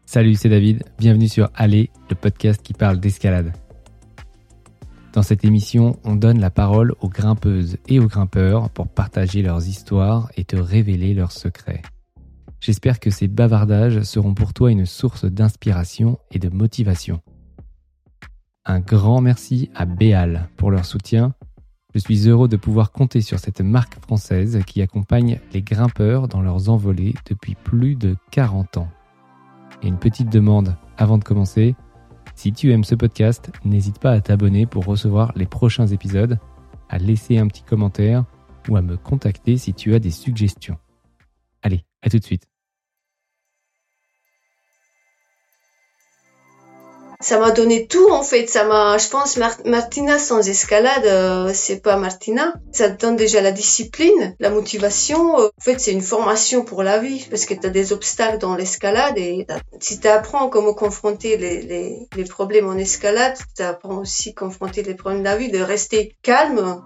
Salut, c'est David, bienvenue sur Aller, le podcast qui parle d'escalade. Dans cette émission, on donne la parole aux grimpeuses et aux grimpeurs pour partager leurs histoires et te révéler leurs secrets. J'espère que ces bavardages seront pour toi une source d'inspiration et de motivation. Un grand merci à Béal pour leur soutien. Je suis heureux de pouvoir compter sur cette marque française qui accompagne les grimpeurs dans leurs envolées depuis plus de 40 ans. Et une petite demande avant de commencer, si tu aimes ce podcast, n'hésite pas à t'abonner pour recevoir les prochains épisodes, à laisser un petit commentaire ou à me contacter si tu as des suggestions. Allez, à tout de suite. Ça m'a donné tout en fait. Je pense, Martina sans escalade, c'est pas Martina. Ça te donne déjà la discipline, la motivation. En fait, c'est une formation pour la vie parce que t'as des obstacles dans l'escalade et si t'apprends comment confronter les problèmes en escalade, t'apprends aussi confronter les problèmes de la vie, de rester calme.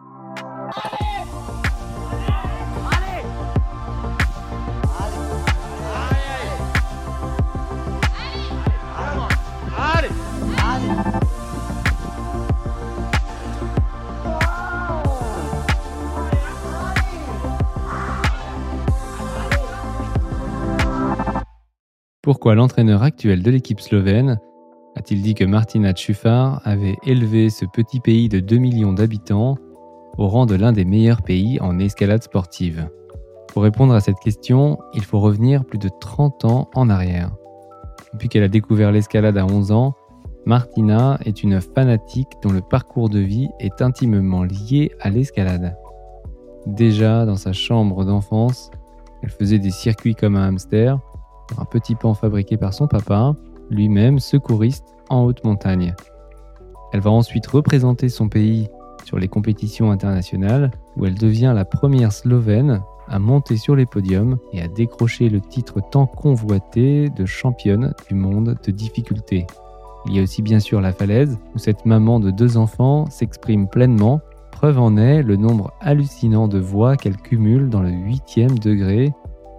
Pourquoi l'entraîneur actuel de l'équipe slovène a-t-il dit que Martina Čufar avait élevé ce petit pays de 2 millions d'habitants au rang de l'un des meilleurs pays en escalade sportive? Pour répondre à cette question, il faut revenir plus de 30 ans en arrière. Depuis qu'elle a découvert l'escalade à 11 ans, Martina est une fanatique dont le parcours de vie est intimement lié à l'escalade. Déjà dans sa chambre d'enfance, elle faisait des circuits comme un hamster, un petit pan fabriqué par son papa, lui-même secouriste en haute montagne. Elle va ensuite représenter son pays sur les compétitions internationales où elle devient la première Slovène à monter sur les podiums et à décrocher le titre tant convoité de championne du monde de difficulté. Il y a aussi bien sûr la falaise où cette maman de 2 enfants s'exprime pleinement. Preuve en est le nombre hallucinant de voix qu'elle cumule dans le 8e degré,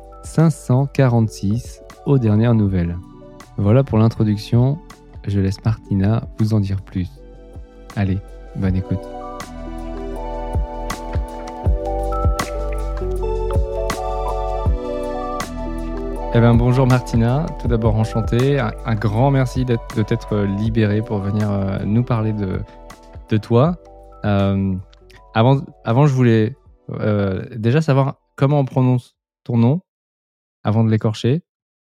546 aux dernières nouvelles. Voilà pour l'introduction, je laisse Martina vous en dire plus. Allez, bonne écoute. Bonjour Martina, tout d'abord enchanté, un grand merci de t'être libérée pour venir nous parler de toi. Avant je voulais déjà savoir comment on prononce ton nom avant de l'écorcher.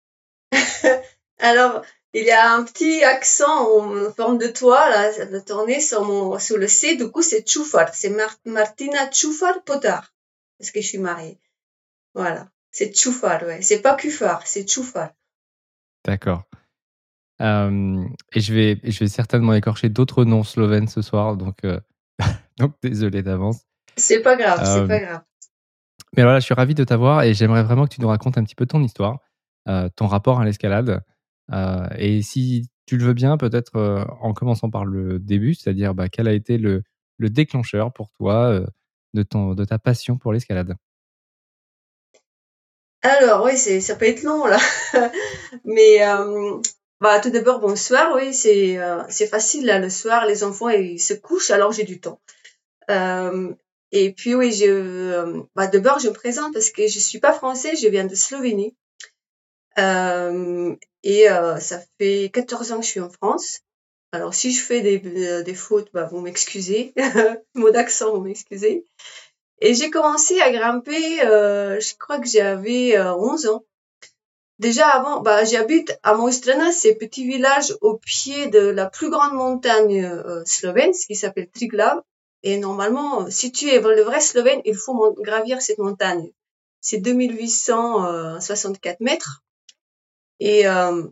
Alors, il y a un petit accent en forme de toit, là, ça doit tourner sur le C, du coup, c'est Čufar. C'est Martina Čufar Potar. Parce que je suis mariée. Voilà. C'est Čufar, ouais. C'est pas Kufar, c'est Čufar. D'accord. Et je vais certainement écorcher d'autres noms slovènes ce soir, donc désolé d'avance. C'est pas grave, c'est pas grave. Mais voilà, je suis ravi de t'avoir et j'aimerais vraiment que tu nous racontes un petit peu ton histoire, ton rapport à l'escalade. Et si tu le veux bien, peut-être en commençant par le début, c'est-à-dire quel a été le déclencheur pour toi de ta passion pour l'escalade? Alors, oui, ça peut être long, là. Mais, tout d'abord, bonsoir, oui, c'est facile, là, le soir, les enfants, ils se couchent, alors j'ai du temps. Et puis, oui, d'abord, je me présente parce que je suis pas française, je viens de Slovénie. Ça fait 14 ans que je suis en France. Alors, si je fais des fautes, vous m'excusez. Mot d'accent, vous m'excusez. Et j'ai commencé à grimper, je crois que j'avais 11 ans. Déjà avant, j'habite à Mostrana, c'est un petit village au pied de la plus grande montagne slovène, qui s'appelle Triglav. Et normalement, si tu es le vrai Slovène, il faut gravir cette montagne. C'est 2864 mètres. Et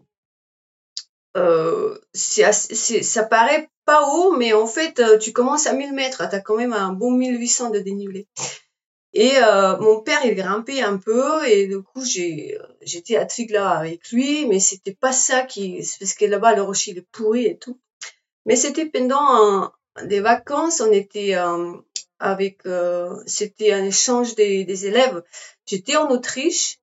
ça paraît pas haut, mais en fait, tu commences à 1000 mètres. T'as quand même un bon 1800 de dénivelé. Et mon père, il grimpait un peu et du coup, j'étais à Triglav avec lui, mais c'était pas ça parce que là-bas, le rocher, il est pourri et tout. Mais c'était pendant des vacances, on était c'était un échange des élèves. J'étais en Autriche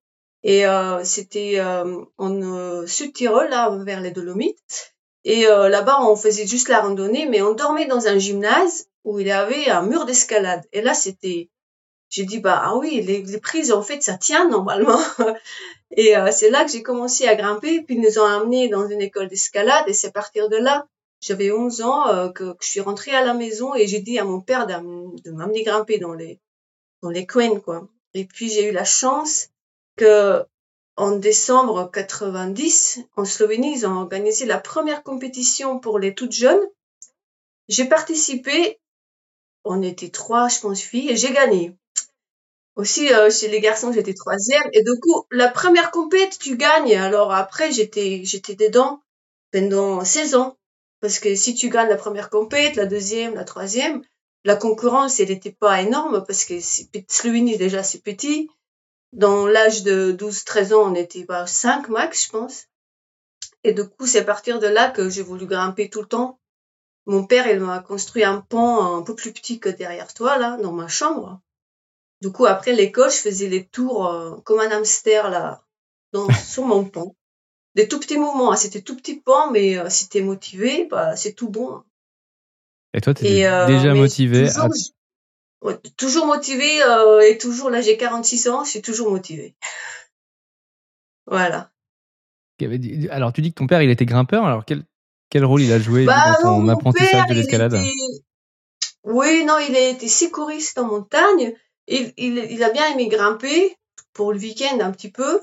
Et c'était en Sud-Tyrol, là, vers les Dolomites. Et là-bas, on faisait juste la randonnée, mais on dormait dans un gymnase où il y avait un mur d'escalade. Et là, j'ai dit, bah ah oui, les prises, en fait, ça tient normalement. Et c'est là que j'ai commencé à grimper. Puis ils nous ont amenés dans une école d'escalade. Et c'est à partir de là, j'avais 11 ans, que je suis rentrée à la maison et j'ai dit à mon père de m'amener grimper dans les coins, quoi. Et puis j'ai eu la chance que en décembre 90, en Slovénie, ils ont organisé la première compétition pour les toutes jeunes. J'ai participé, on était 3, je pense, filles, et j'ai gagné. Aussi, chez les garçons, j'étais troisième. Et du coup, la première compète, tu gagnes. Alors après, j'étais dedans pendant 16 ans. Parce que si tu gagnes la première compète, la deuxième, la troisième, la concurrence, elle n'était pas énorme parce que Slovénie, déjà, c'est petit. Dans l'âge de 12-13 ans, on était 5 max, je pense. Et du coup, c'est à partir de là que j'ai voulu grimper tout le temps. Mon père, il m'a construit un pont un peu plus petit que derrière toi, là, dans ma chambre. Du coup, après l'école, je faisais les tours comme un hamster, là, sur mon pont. Des tout petits moments, hein. C'était tout petit pont, mais si t'es motivé, bah, c'est tout bon. Et toi, tu étais déjà Mais motivé à... toujours motivé, et toujours, là, j'ai 46 ans, je suis toujours motivée. Voilà. Alors, tu dis que ton père, il était grimpeur. Alors, quel rôle il a joué, lui, Bah dans non, ton mon père, apprentissage de l'escalade? oui, non, il a été secouriste en montagne. Il a bien aimé grimper pour le week-end un petit peu.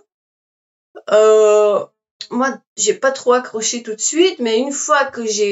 Moi, j'ai pas trop accroché tout de suite, mais une fois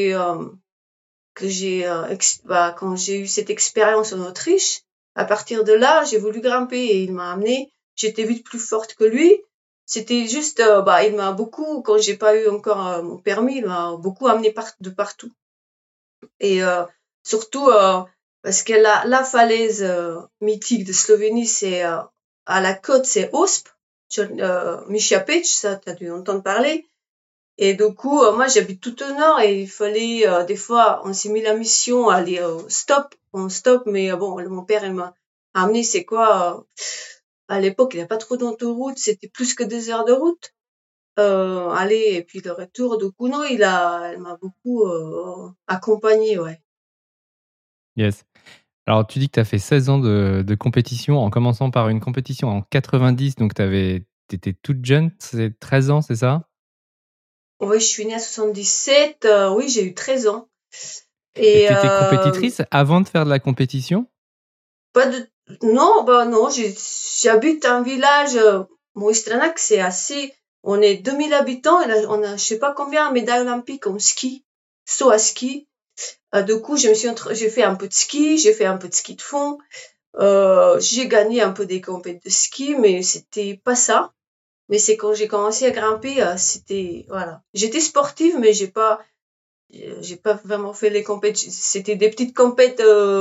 quand j'ai eu cette expérience en Autriche, à partir de là, j'ai voulu grimper et il m'a amené. J'étais vite plus forte que lui. C'était juste, il m'a beaucoup, quand j'ai pas eu encore mon permis, il m'a beaucoup amené de partout. Et surtout parce que la falaise mythique de Slovénie, c'est à la côte, c'est Osp, Michapec, ça t'as dû entendre parler. Et du coup, moi j'habite tout au nord et il fallait des fois, on s'est mis la mission à aller en stop, mais bon, mon père il m'a amené, c'est quoi à l'époque il n'y a pas trop d'autoroute, c'était plus que 2 heures de route. Aller et puis le retour. Du coup, non, il m'a beaucoup accompagné, ouais. Yes. Alors, tu dis que tu as fait 16 ans de compétition, en commençant par une compétition en 90, donc tu étais toute jeune, c'est 13 ans, c'est ça? Oui, je suis née en 77. Oui, j'ai eu 13 ans. Et Et tu étais compétitrice avant de faire de la compétition? pas de non, non, j'habite un village Moistranak, c'est assez, on est 2000 habitants et là, on a je sais pas combien de médailles olympiques en ski, saut à ski. Du coup, j'ai fait un peu de ski, j'ai fait un peu de ski de fond. J'ai gagné un peu des compétitions de ski, mais c'était pas ça. Mais c'est quand j'ai commencé à grimper, c'était voilà. J'étais sportive, mais j'ai pas vraiment fait les compètes. C'était des petites compètes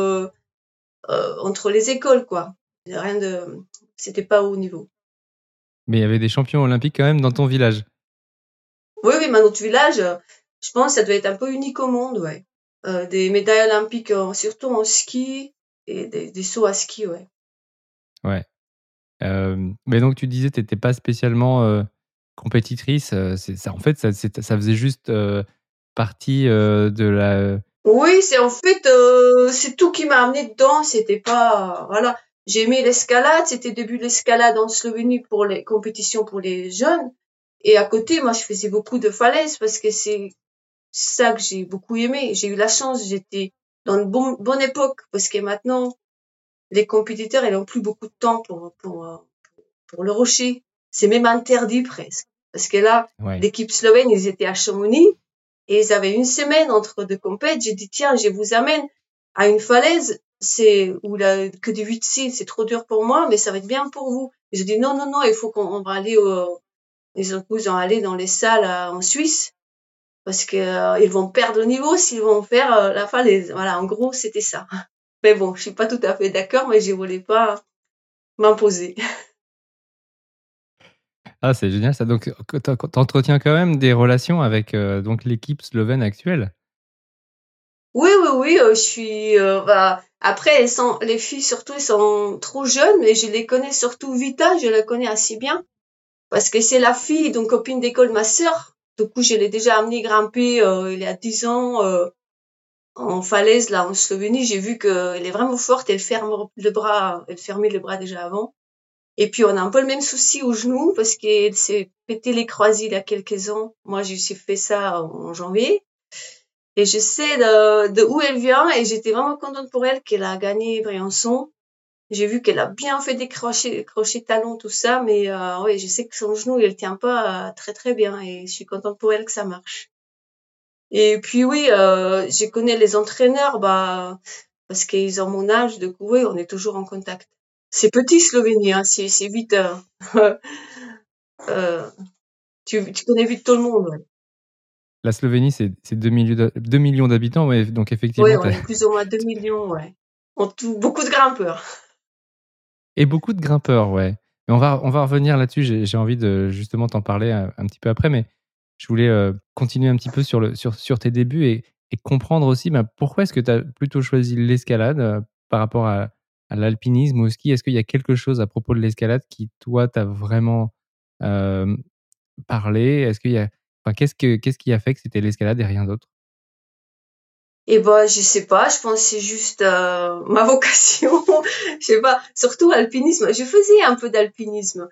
entre les écoles, quoi. Rien de, c'était pas haut niveau. Mais il y avait des champions olympiques quand même dans ton village. Oui, oui, mais notre village, je pense, que ça doit être un peu unique au monde, ouais. Des médailles olympiques, surtout en ski et des sauts à ski, ouais. Ouais. Mais donc tu disais tu n'étais pas spécialement compétitrice. Ça, en fait, ça faisait juste partie de la. Oui, c'est en fait, c'est tout qui m'a amené dedans. C'était pas, voilà. J'ai aimé l'escalade. C'était le début de l'escalade en Slovénie pour les compétitions pour les jeunes. Et à côté, moi, je faisais beaucoup de falaises parce que c'est ça que j'ai beaucoup aimé. J'ai eu la chance, j'étais dans une bonne époque parce que maintenant, les compétiteurs, ils n'ont plus beaucoup de temps pour le rocher. C'est même interdit presque. Parce que là, Ouais. l'équipe slovène, ils étaient à Chamonix. Et ils avaient une semaine entre deux compètes. J'ai dit, tiens, je vous amène à une falaise, où que du 8 cils, c'est trop dur pour moi, mais ça va être bien pour vous. Ils ont dit, non, non, non, il faut qu'on va aller ils ont allé dans les salles en Suisse, parce que ils vont perdre le niveau s'ils vont faire la falaise. Voilà, en gros, c'était ça. Mais bon, je suis pas tout à fait d'accord, mais je voulais pas m'imposer. Ah, c'est génial ça. Donc, t'entretiens quand même des relations avec donc l'équipe slovène actuelle. Oui, oui, oui, je suis, après, les filles surtout, elles sont trop jeunes, mais je les connais surtout Vita, je la connais assez bien. parce que c'est la fille d'une copine d'école de ma sœur. Du coup, je l'ai déjà amenée grimper il y a 10 ans en falaise là en Slovénie. J'ai vu qu'elle est vraiment forte. Elle fermait le bras déjà avant. Et puis on a un peu le même souci au genou parce qu'elle s'est pété les croisés il y a quelques ans. Moi, j'ai fait ça en janvier. Et je sais de où elle vient et j'étais vraiment contente pour elle qu'elle a gagné Briançon. J'ai vu qu'elle a bien fait des crochets talons, tout ça, mais ouais, je sais que son genou, il tient pas très très bien et je suis contente pour elle que ça marche. Et puis oui, je connais les entraîneurs, parce qu'ils ont mon âge, du coup, oui, on est toujours en contact. C'est petit Slovénie, hein, c'est vite, euh, tu connais vite tout le monde. Ouais. La Slovénie, c'est 2 millions d'habitants, ouais, donc Oui, effectivement, on est plus ou moins 2 millions, ouais. En tout, beaucoup de grimpeurs. et beaucoup de grimpeurs, ouais. Mais on va revenir là-dessus. J'ai envie de justement t'en parler un petit peu après, mais je voulais continuer un petit peu sur tes débuts et comprendre aussi pourquoi est-ce que tu as plutôt choisi l'escalade par rapport à l'alpinisme ou au ski. Est-ce qu'il y a quelque chose à propos de l'escalade qui, toi, t'a vraiment euh, parlé? Est-ce qu'il y a, enfin, qu'est-ce qui a fait que c'était l'escalade et rien d'autre? Et bah, je sais pas, je pense que c'est juste ma vocation. Je sais pas, surtout alpinisme. Je faisais un peu d'alpinisme.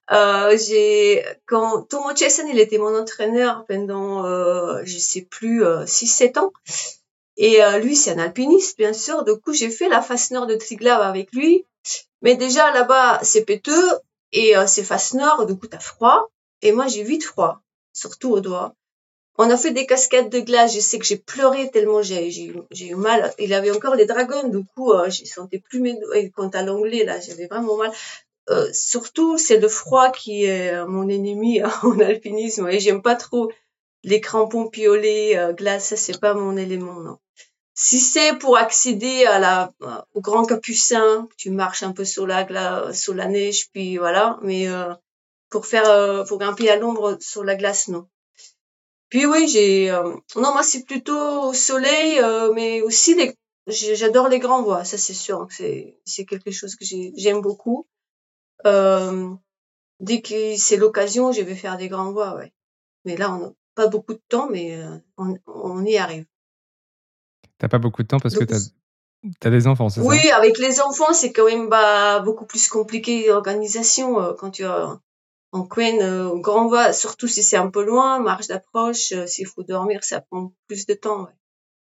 Quand Tomo Chesson, il était mon entraîneur pendant, je sais plus, 6-7 ans. Et lui, c'est un alpiniste, bien sûr. Du coup, j'ai fait la face nord de Triglav avec lui. Mais déjà, là-bas, c'est péteux et c'est face nord, du coup, t'as froid. Et moi, j'ai vite froid, surtout aux doigts. On a fait des cascades de glace. Je sais que j'ai pleuré tellement j'ai eu mal. Il avait encore les dragons, du coup, je sentais plus mes doigts. Et quant à l'onglet, là, j'avais vraiment mal. Surtout, c'est le froid qui est mon ennemi en alpinisme. Et j'aime pas trop les crampons piolés, glace. Ça, c'est pas mon élément, non. Si c'est pour accéder au Grand Capucin, tu marches un peu sur la glace, sur la neige, puis voilà. Mais pour grimper à l'ombre sur la glace, non. Puis oui, non, moi c'est plutôt au soleil, mais aussi j'adore les grands voies, ça c'est sûr, hein, que c'est quelque chose que j'aime beaucoup. Euh, Dès que c'est l'occasion, je vais faire des grands voies, ouais. Mais là, on n'a pas beaucoup de temps, mais on y arrive. T'as pas beaucoup de temps parce que Donc, t'as des enfants, c'est ça? oui, avec les enfants, c'est quand même beaucoup plus compliqué l'organisation quand tu as en Queen, grand voie, surtout si c'est un peu loin, marge d'approche, s'il faut dormir, ça prend plus de temps, ouais.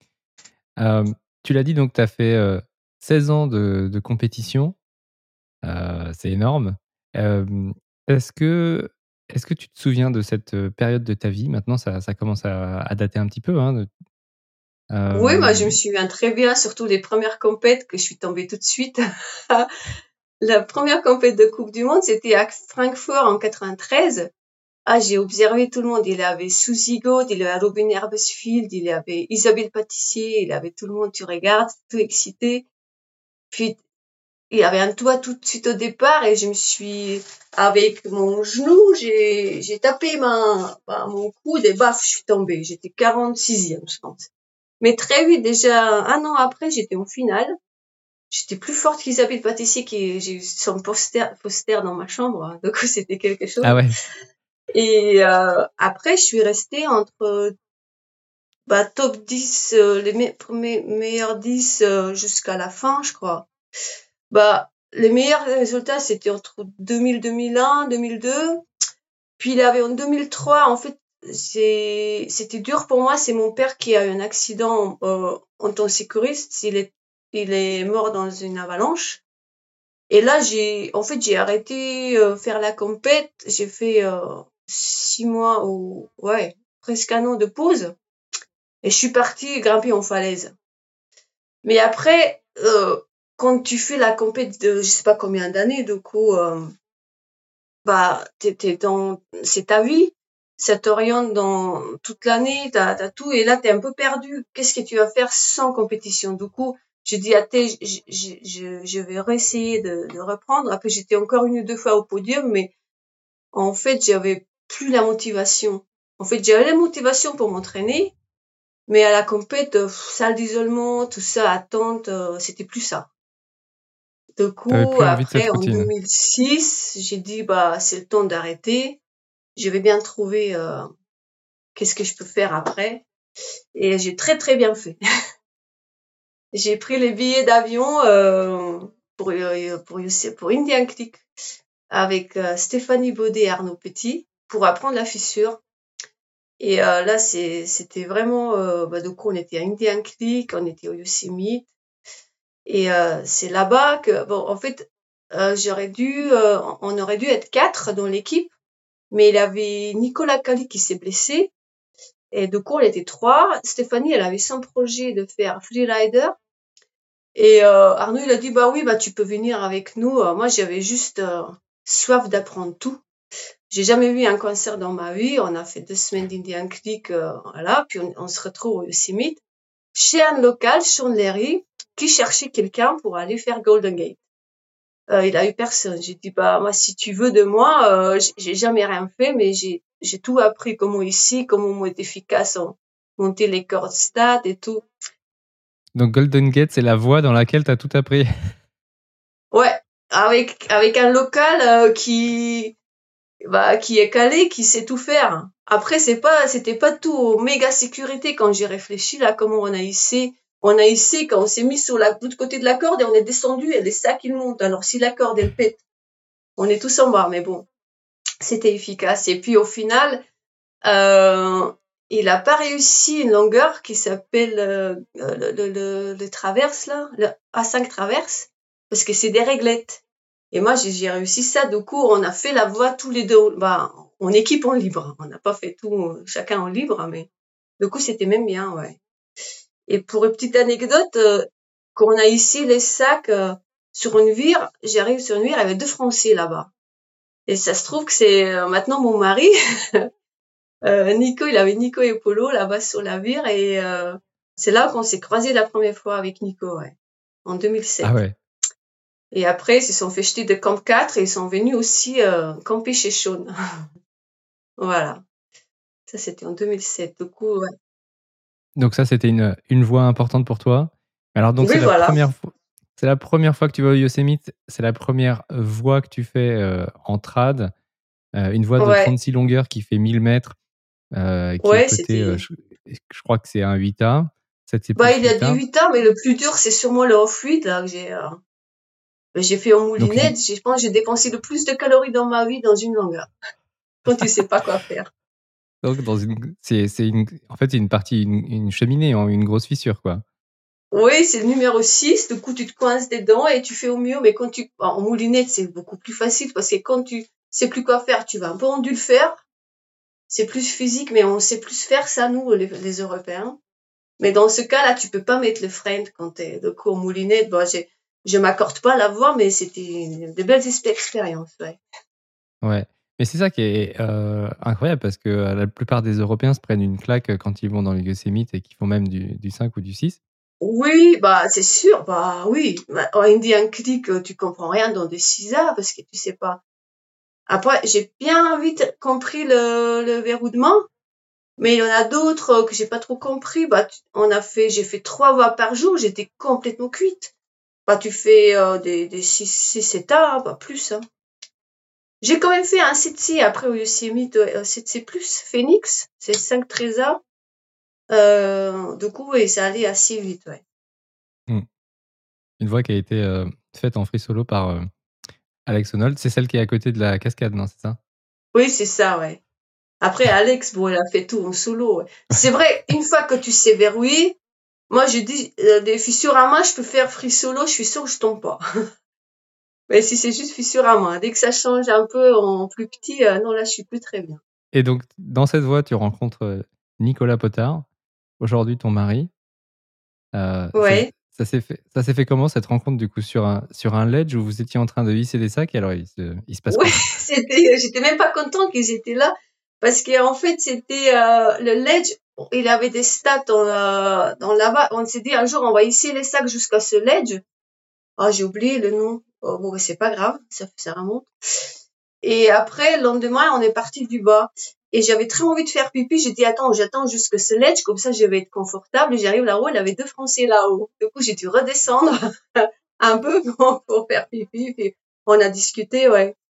Tu l'as dit, donc tu as fait 16 ans de compétition. C'est énorme. Euh, est-ce que, est-ce que tu te souviens de cette période de ta vie? Maintenant, ça commence à dater un petit peu, hein. Oui, moi, je me Euh, souviens très bien, surtout les premières compètes que je suis tombée tout de suite. La première compète de Coupe du Monde, c'était à Francfort en 93. Ah, j'ai observé tout le monde. Il y avait Suzy Gaud, il y avait Robin Herbesfield, il y avait Isabelle Patissier, il y avait tout le monde. Tu regardes, tout excité. Puis, il y avait un toit tout de suite au départ et avec mon genou, j'ai tapé mon coude et baf, je suis tombée. J'étais 46e, je pense. Mais très vite, déjà un an après, j'étais en finale. J'étais plus forte qu'Isabelle Patissier, j'ai eu son poster dans ma chambre. Hein. Donc c'était quelque ah chose. ouais, Et après, je suis restée entre top 10, premiers meilleurs 10 jusqu'à la fin, je crois. Les meilleurs résultats, c'était entre 2000, 2001, 2002. Puis il y avait en 2003, en fait, c'était dur pour moi. C'est mon père qui a eu un accident en tant que sécuriste. Il est mort dans une avalanche. Et là, j'ai arrêté faire la compète. J'ai fait 6 mois ou ouais, presque un an de pause. Et je suis partie grimper en falaise. Mais après, quand tu fais la compète de je sais pas combien d'années, du coup, c'est ta vie. Ça t'oriente dans toute l'année, t'as tout, et là, t'es un peu perdu. Qu'est-ce que tu vas faire sans compétition? Du coup, j'ai dit, je vais réessayer de reprendre. Après, j'étais encore une ou deux fois au podium, mais en fait, j'avais plus la motivation. En fait, j'avais la motivation pour m'entraîner, mais à la compète, salle d'isolement, tout ça, attente, c'était plus ça. Du t'avais coup, plus envie de cette après, en routine. 2006, j'ai dit, c'est le temps d'arrêter. je vais bien trouver qu'est-ce que je peux faire après. Et j'ai très très bien fait. J'ai pris les billets d'avion pour Indian Creek avec Stéphanie Baudet et Arnaud Petit pour apprendre la fissure. Et là, c'était vraiment... du coup, on était à Indian Creek, on était au Yosemite. Et c'est là-bas que... Bon, en fait, on aurait dû être 4 dans l'équipe, mais il y avait Nicolas Cali qui s'est blessé. Et du coup, on était 3. Stéphanie, elle avait son projet de faire freerider. Et Arnaud, il a dit, bah oui, bah tu peux venir avec nous. Moi, j'avais juste soif d'apprendre tout. J'ai jamais vu un concert dans ma vie. On a fait 2 semaines d'Indian Creek, voilà. Puis on se retrouve au Yosemite chez un local, Sean Larry, qui cherchait quelqu'un pour aller faire Golden Gate. Il a eu personne. J'ai dit, bah moi, si tu veux de moi, j'ai jamais rien fait, mais j'ai tout appris, comment on est efficace, on monter les cordes stats et tout. Donc Golden Gate, c'est la voie dans laquelle tu as tout appris. Ouais, avec un local qui est calé, qui sait tout faire. Après, c'était pas tout méga sécurité quand j'ai réfléchi là, comment on a hissé quand on s'est mis sur l'autre côté de la corde et on est descendu et les sacs ils montent. Alors si la corde elle pète, on est tous en bas, mais bon, c'était efficace. Et puis au final, il a pas réussi une longueur qui s'appelle le traverse là, le A5 traverse, parce que c'est des réglettes. Et moi, j'ai réussi ça. Du coup, on a fait la voie tous les deux. Bah, en équipe en libre. On n'a pas fait tout chacun en libre, mais du coup, c'était même bien, ouais. Et pour une petite anecdote, quand on a hissé les sacs sur une vire, j'arrive sur une vire, il y avait 2 Français là-bas. Et ça se trouve que c'est maintenant mon mari. Nico, il avait Nico et Polo là-bas sur la vire et c'est là qu'on s'est croisés la première fois avec Nico, ouais, en 2007. Ah ouais. Et après, ils se sont fait jeter de Camp 4 et ils sont venus aussi camper chez Sean. Voilà. Ça, c'était en 2007. Du coup, ouais. Donc ça, c'était une voie importante pour toi. Alors donc Oui, c'est voilà. la première fois que tu vas au Yosemite, c'est la première voie que tu fais en trad, une voie de Ouais. 36 longueurs qui fait 1000 mètres, qui est Ouais, côté, c'était... je crois que c'est un 8A, 7 c'est Bah, plus il y a des 8A. 8 ans, mais le plus dur, c'est sûrement le off-road, là, que j'ai fait en Donc moulinette. Je pense que j'ai dépensé le plus de calories dans ma vie dans une longueur. Quand tu sais pas quoi faire. donc en fait, c'est une partie, une cheminée, une grosse fissure, quoi. Oui, c'est le numéro 6. Du coup, tu te coinces dedans et tu fais au mieux. Mais en moulinette, c'est beaucoup plus facile parce que quand tu sais plus quoi faire, tu vas un peu en dû le faire. C'est plus physique, mais on sait plus faire ça, nous, les Européens. Mais dans ce cas-là, tu peux pas mettre le frein quand t'es de coup en moulinette. Bon, je m'accorde pas à la voix, mais c'était de belles expériences, ouais. Ouais. Mais c'est ça qui est incroyable parce que la plupart des Européens se prennent une claque quand ils vont dans les Yosemite et qu'ils font même du 5 ou du 6. Oui, bah, c'est sûr, bah, oui. Bah, en Indian Creek, tu comprends rien dans des 6 heures parce que tu sais pas. Après, j'ai bien vite compris le verrouillement, mais il y en a d'autres que j'ai pas trop compris. Bah, j'ai fait 3 voix par jour, j'étais complètement cuite. Bah, tu fais des 6 états, pas plus, hein. J'ai quand même fait un 7C après au Yosemite, 7C+, Phoenix, c'est 5 trésors. Du coup, oui, ça allait assez vite, ouais. Une voie qui a été faite en free solo par Alex Honnold. C'est celle qui est à côté de la cascade, non? C'est ça? Oui, c'est ça, ouais. Après, Alex, bon, il a fait tout en solo, ouais. C'est vrai, une fois que tu sais verrouiller, moi, je dis, des fissures à main, je peux faire free solo, je suis sûre que je tombe pas. Mais si c'est juste fissure à main, dès que ça change un peu en plus petit, non, là, je suis plus très bien. Et donc, dans cette voie, tu rencontres Nicolas Potard, aujourd'hui ton mari. Ouais. Ça s'est fait comment cette rencontre du coup sur un ledge où vous étiez en train de hisser des sacs et alors il se passe Ouais, quoi? j'étais même pas contente qu'ils étaient là parce qu'en fait, c'était le ledge, il avait des stats dans là-bas. On s'est dit un jour, on va hisser les sacs jusqu'à ce ledge. Ah, j'ai oublié le nom. Oh, bon, c'est pas grave, ça remonte. Et après, le lendemain, on est parti du bas. Et j'avais très envie de faire pipi. J'ai dit, attends, j'attends jusque ce ledge, comme ça, je vais être confortable. Et j'arrive là-haut, il y avait 2 Français là-haut. Du coup, j'ai dû redescendre un peu pour faire pipi. Puis on a discuté, ouais.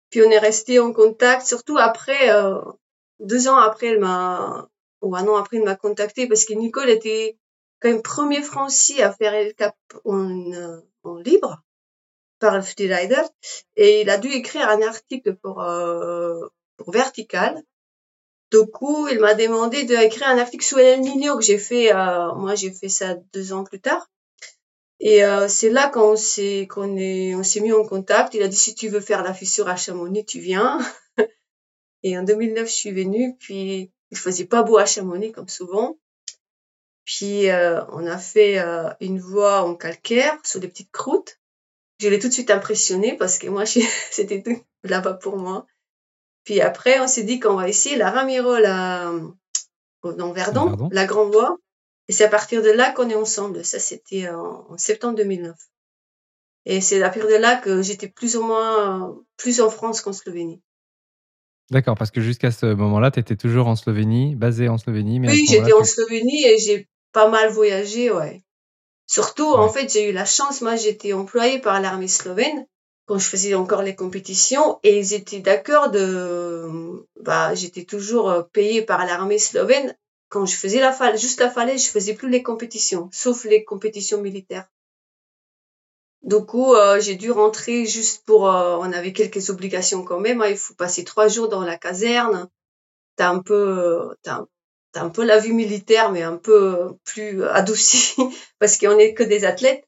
Puis on est resté en contact, surtout après, 2 ans après, ou 1 an après, il m'a contacté parce que Nicole était quand même premier Francis à faire El Cap en libre par Freerider, et il a dû écrire un article pour Vertical. Du coup, il m'a demandé d'écrire un article sur El Niño que j'ai fait, moi j'ai fait ça 2 ans plus tard. Et c'est là qu'on s'est mis en contact. Il a dit si tu veux faire la fissure à Chamonix, tu viens. Et en 2009, je suis venue. Puis il faisait pas beau à Chamonix comme souvent. Puis on a fait une voie en calcaire sur des petites croûtes. Je l'ai tout de suite impressionnée parce que moi c'était tout là-bas pour moi. Puis après, on s'est dit qu'on va essayer la Ramiro dans Verdon, la Grande Voie. Et c'est à partir de là qu'on est ensemble. Ça, c'était en septembre 2009. Et c'est à partir de là que j'étais plus ou moins plus en France qu'en Slovénie. D'accord, parce que jusqu'à ce moment-là, tu étais toujours en Slovénie, basée en Slovénie. Mais oui, j'étais en Slovénie et j'ai pas mal voyagé, ouais. Surtout, en fait, j'ai eu la chance, moi, j'étais employée par l'armée slovène quand je faisais encore les compétitions et ils étaient d'accord j'étais toujours payée par l'armée slovène. Quand je faisais juste la falaise, je faisais plus les compétitions, sauf les compétitions militaires. Du coup, j'ai dû rentrer juste on avait quelques obligations quand même, hein. Il faut passer 3 jours dans la caserne. T'as un peu la vie militaire, mais un peu plus adoucie parce qu'on est que des athlètes.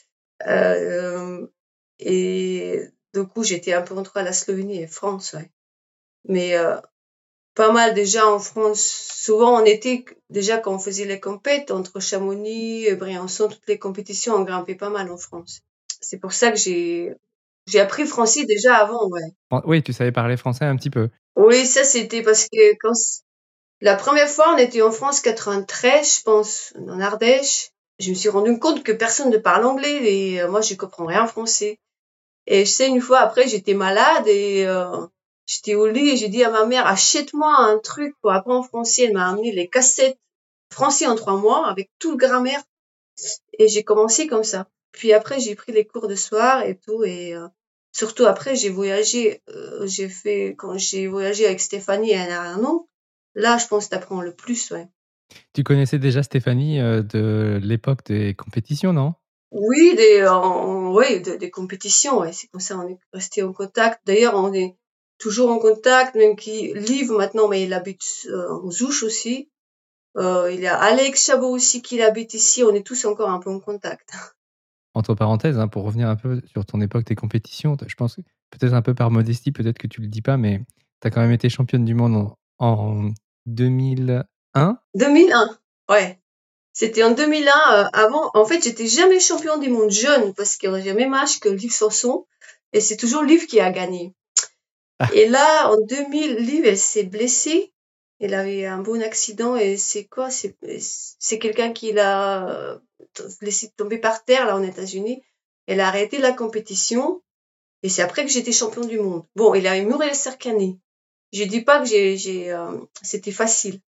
Et du coup, j'étais un peu entre la Slovénie et France, ouais. Mais pas mal déjà en France. Souvent, on était déjà quand on faisait les compètes entre Chamonix et Briançon, toutes les compétitions, on grimpait pas mal en France. C'est pour ça que j'ai appris le français déjà avant, ouais. Oui, tu savais parler français un petit peu. Oui, ça c'était parce que la première fois, on était en France 93, je pense, en Ardèche. Je me suis rendu compte que personne ne parle anglais et moi, je comprends rien en français. Et je sais, une fois après, j'étais malade et j'étais au lit et j'ai dit à ma mère, achète-moi un truc pour apprendre français. Elle m'a amené les cassettes français en 3 mois avec tout le grammaire et j'ai commencé comme ça. Puis après, j'ai pris les cours de soir et tout et surtout après, j'ai voyagé. Quand j'ai voyagé avec Stéphanie et Arnaud, là, je pense que t'apprends le plus, ouais. Tu connaissais déjà Stéphanie de l'époque des compétitions, non? Oui, des compétitions, ouais. C'est comme ça, on est resté en contact. D'ailleurs, on est toujours en contact, même qui Liv maintenant, mais il habite en Zouche aussi. Il y a Alex Chabot aussi qui habite ici. On est tous encore un peu en contact. Entre parenthèses, hein, pour revenir un peu sur ton époque des compétitions, je pense que peut-être un peu par modestie, peut-être que tu le dis pas, mais tu as quand même été championne du monde en 2001. 2001, ouais. C'était en 2001. Avant, en fait, j'étais jamais champion du monde jeune parce que j'ai le même âge que Liv Sanson et c'est toujours Liv qui a gagné. Ah. Et là, en 2000, Liv, elle s'est blessée. Elle avait un bon accident et c'est quoi? C'est quelqu'un qui l'a laissé tomber par terre, là, aux États-Unis. Elle a arrêté la compétition et c'est après que j'étais champion du monde. Bon, il avait Muriel Serkany. Je dis pas que c'était facile.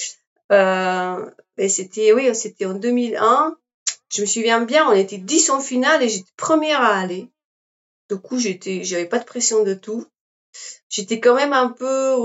Mais c'était en 2001. Je me souviens bien, on était 10 en finale et j'étais première à aller. Du coup, j'avais pas de pression de tout. J'étais quand même un peu,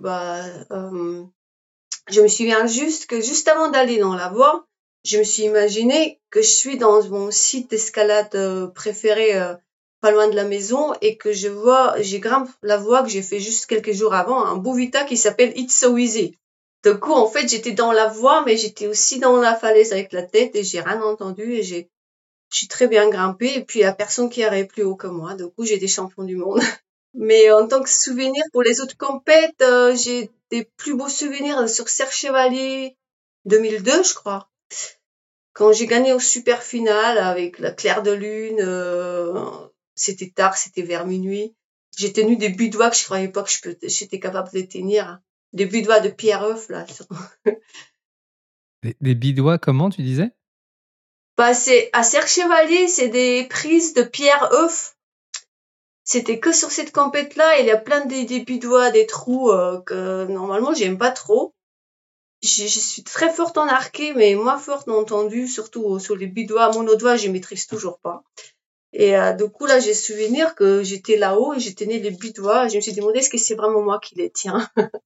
je me souviens juste que juste avant d'aller dans la voie, je me suis imaginé que je suis dans mon site d'escalade préféré, pas loin de la maison, et que j'ai grimpe la voie que j'ai fait juste quelques jours avant, un Bouvita qui s'appelle It's So Easy. Du coup, en fait, j'étais dans la voie, mais j'étais aussi dans la falaise avec la tête et j'ai rien entendu et je suis très bien grimpée et puis il y a personne qui arrive plus haut que moi. Du coup, j'étais champion du monde. Mais en tant que souvenir pour les autres compètes, j'ai des plus beaux souvenirs sur Serre Chevalier 2002, je crois. Quand j'ai gagné au super final avec la claire de lune, c'était tard, c'était vers minuit. J'ai tenu des butois que je croyais pas que j'étais capable de les tenir. Des butois de pierre œuf, là. Des bidois, comment tu disais? C'est à Serre Chevalier, c'est des prises de pierre œuf. C'était que sur cette compète-là, il y a plein des bidois, des trous que normalement j'aime pas trop. Je suis très forte en arqué, mais moins forte en tendu, surtout sur les bidois. Monodois, je maîtrise toujours pas. Et du coup, là, j'ai souvenir que j'étais là-haut et j'ai tenu les buts doigts. Je me suis demandé est-ce que c'est vraiment moi qui les tiens.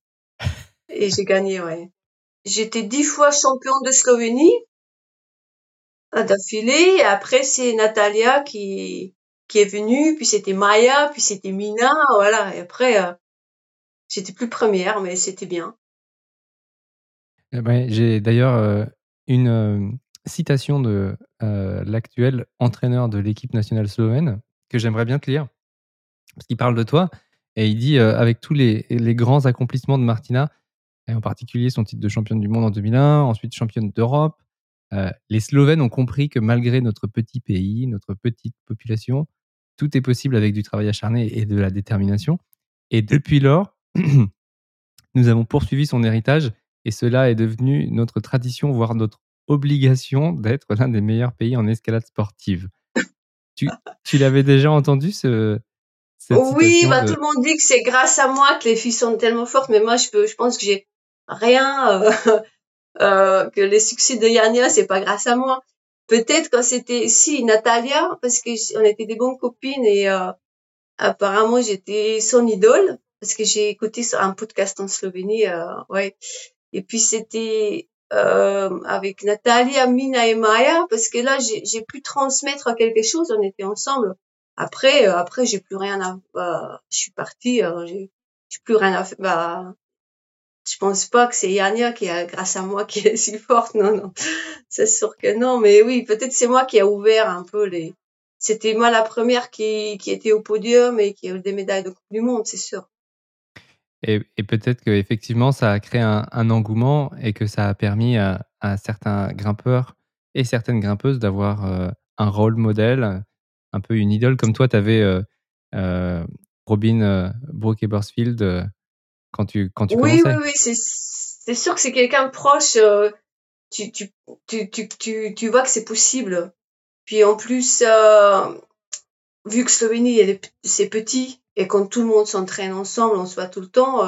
Et j'ai gagné, ouais. J'étais 10 fois champion de Slovénie d'affilée. Et après, c'est Natalia qui est venue. Puis c'était Maya, puis c'était Mina. Voilà. Et après, j'étais plus première, mais c'était bien. Ouais, j'ai d'ailleurs une citation de l'actuel entraîneur de l'équipe nationale slovène que j'aimerais bien te lire, parce qu'il parle de toi et il dit avec tous les grands accomplissements de Martina, et en particulier son titre de championne du monde en 2001, ensuite championne d'Europe, les Slovènes ont compris que malgré notre petit pays, notre petite population, tout est possible avec du travail acharné et de la détermination. Et depuis lors, nous avons poursuivi son héritage et cela est devenu notre tradition, voire notre obligation d'être l'un des meilleurs pays en escalade sportive. Tu l'avais déjà entendu, cette Oui, citation bah tout de... le monde dit que c'est grâce à moi que les filles sont tellement fortes, mais moi je pense que j'ai rien, que les succès de Yania c'est pas grâce à moi. Peut-être quand c'était si Natalia parce que on était des bonnes copines et apparemment j'étais son idole parce que j'ai écouté sur un podcast en Slovénie, ouais. Et puis c'était avec Nathalie, Amina et Maya, parce que là j'ai pu transmettre quelque chose, on était ensemble. Après j'ai plus rien à, je suis partie, j'ai plus rien à faire. Bah, je pense pas que c'est Yania qui a, grâce à moi, qui est si forte. Non, non, c'est sûr que non. Mais oui, peut-être c'est moi qui a ouvert un peu les. C'était moi la première qui était au podium et qui a eu des médailles de Coupe du Monde, c'est sûr. Et peut-être qu'effectivement, ça a créé un engouement et que ça a permis à certains grimpeurs et certaines grimpeuses d'avoir un rôle modèle, un peu une idole, comme toi, tu avais Robin Brooke-Ebersfield quand tu Oui, oui, commençais. oui, c'est sûr que c'est quelqu'un de proche. Tu, tu, tu vois que c'est possible. Puis en plus, vu que Slovénie, c'est petit, et quand tout le monde s'entraîne ensemble, on se voit tout le temps,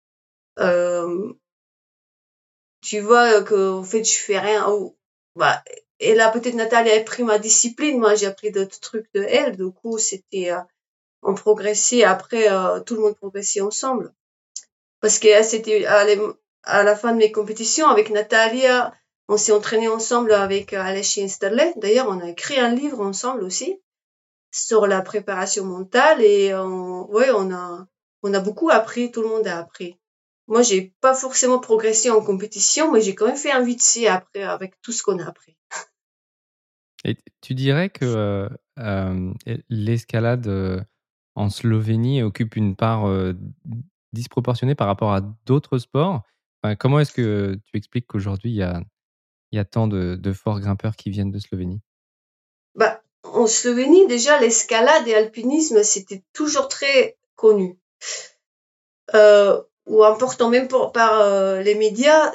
euh, tu vois que en fait, je fais rien. Bah, et là, peut-être Nathalie a pris ma discipline, moi j'ai appris d'autres trucs de elle. Du coup, c'était, on progressait, après, tout le monde progressait ensemble. Parce que c'était à la fin de mes compétitions avec Natalia, on s'est entraîné ensemble avec Aleš Insterle. D'ailleurs, on a écrit un livre ensemble aussi sur la préparation mentale et ouais, on a beaucoup appris, tout le monde a appris. Moi, j'ai pas forcément progressé en compétition, mais j'ai quand même fait un VTC après avec tout ce qu'on a appris. Et tu dirais que l'escalade en Slovénie occupe une part disproportionnée par rapport à d'autres sports. Enfin, comment est-ce que tu expliques qu'aujourd'hui, il y a tant de forts grimpeurs qui viennent de Slovénie? Bah, en Slovénie, déjà, l'escalade et l'alpinisme, c'était toujours très connu. Ou important même par les médias.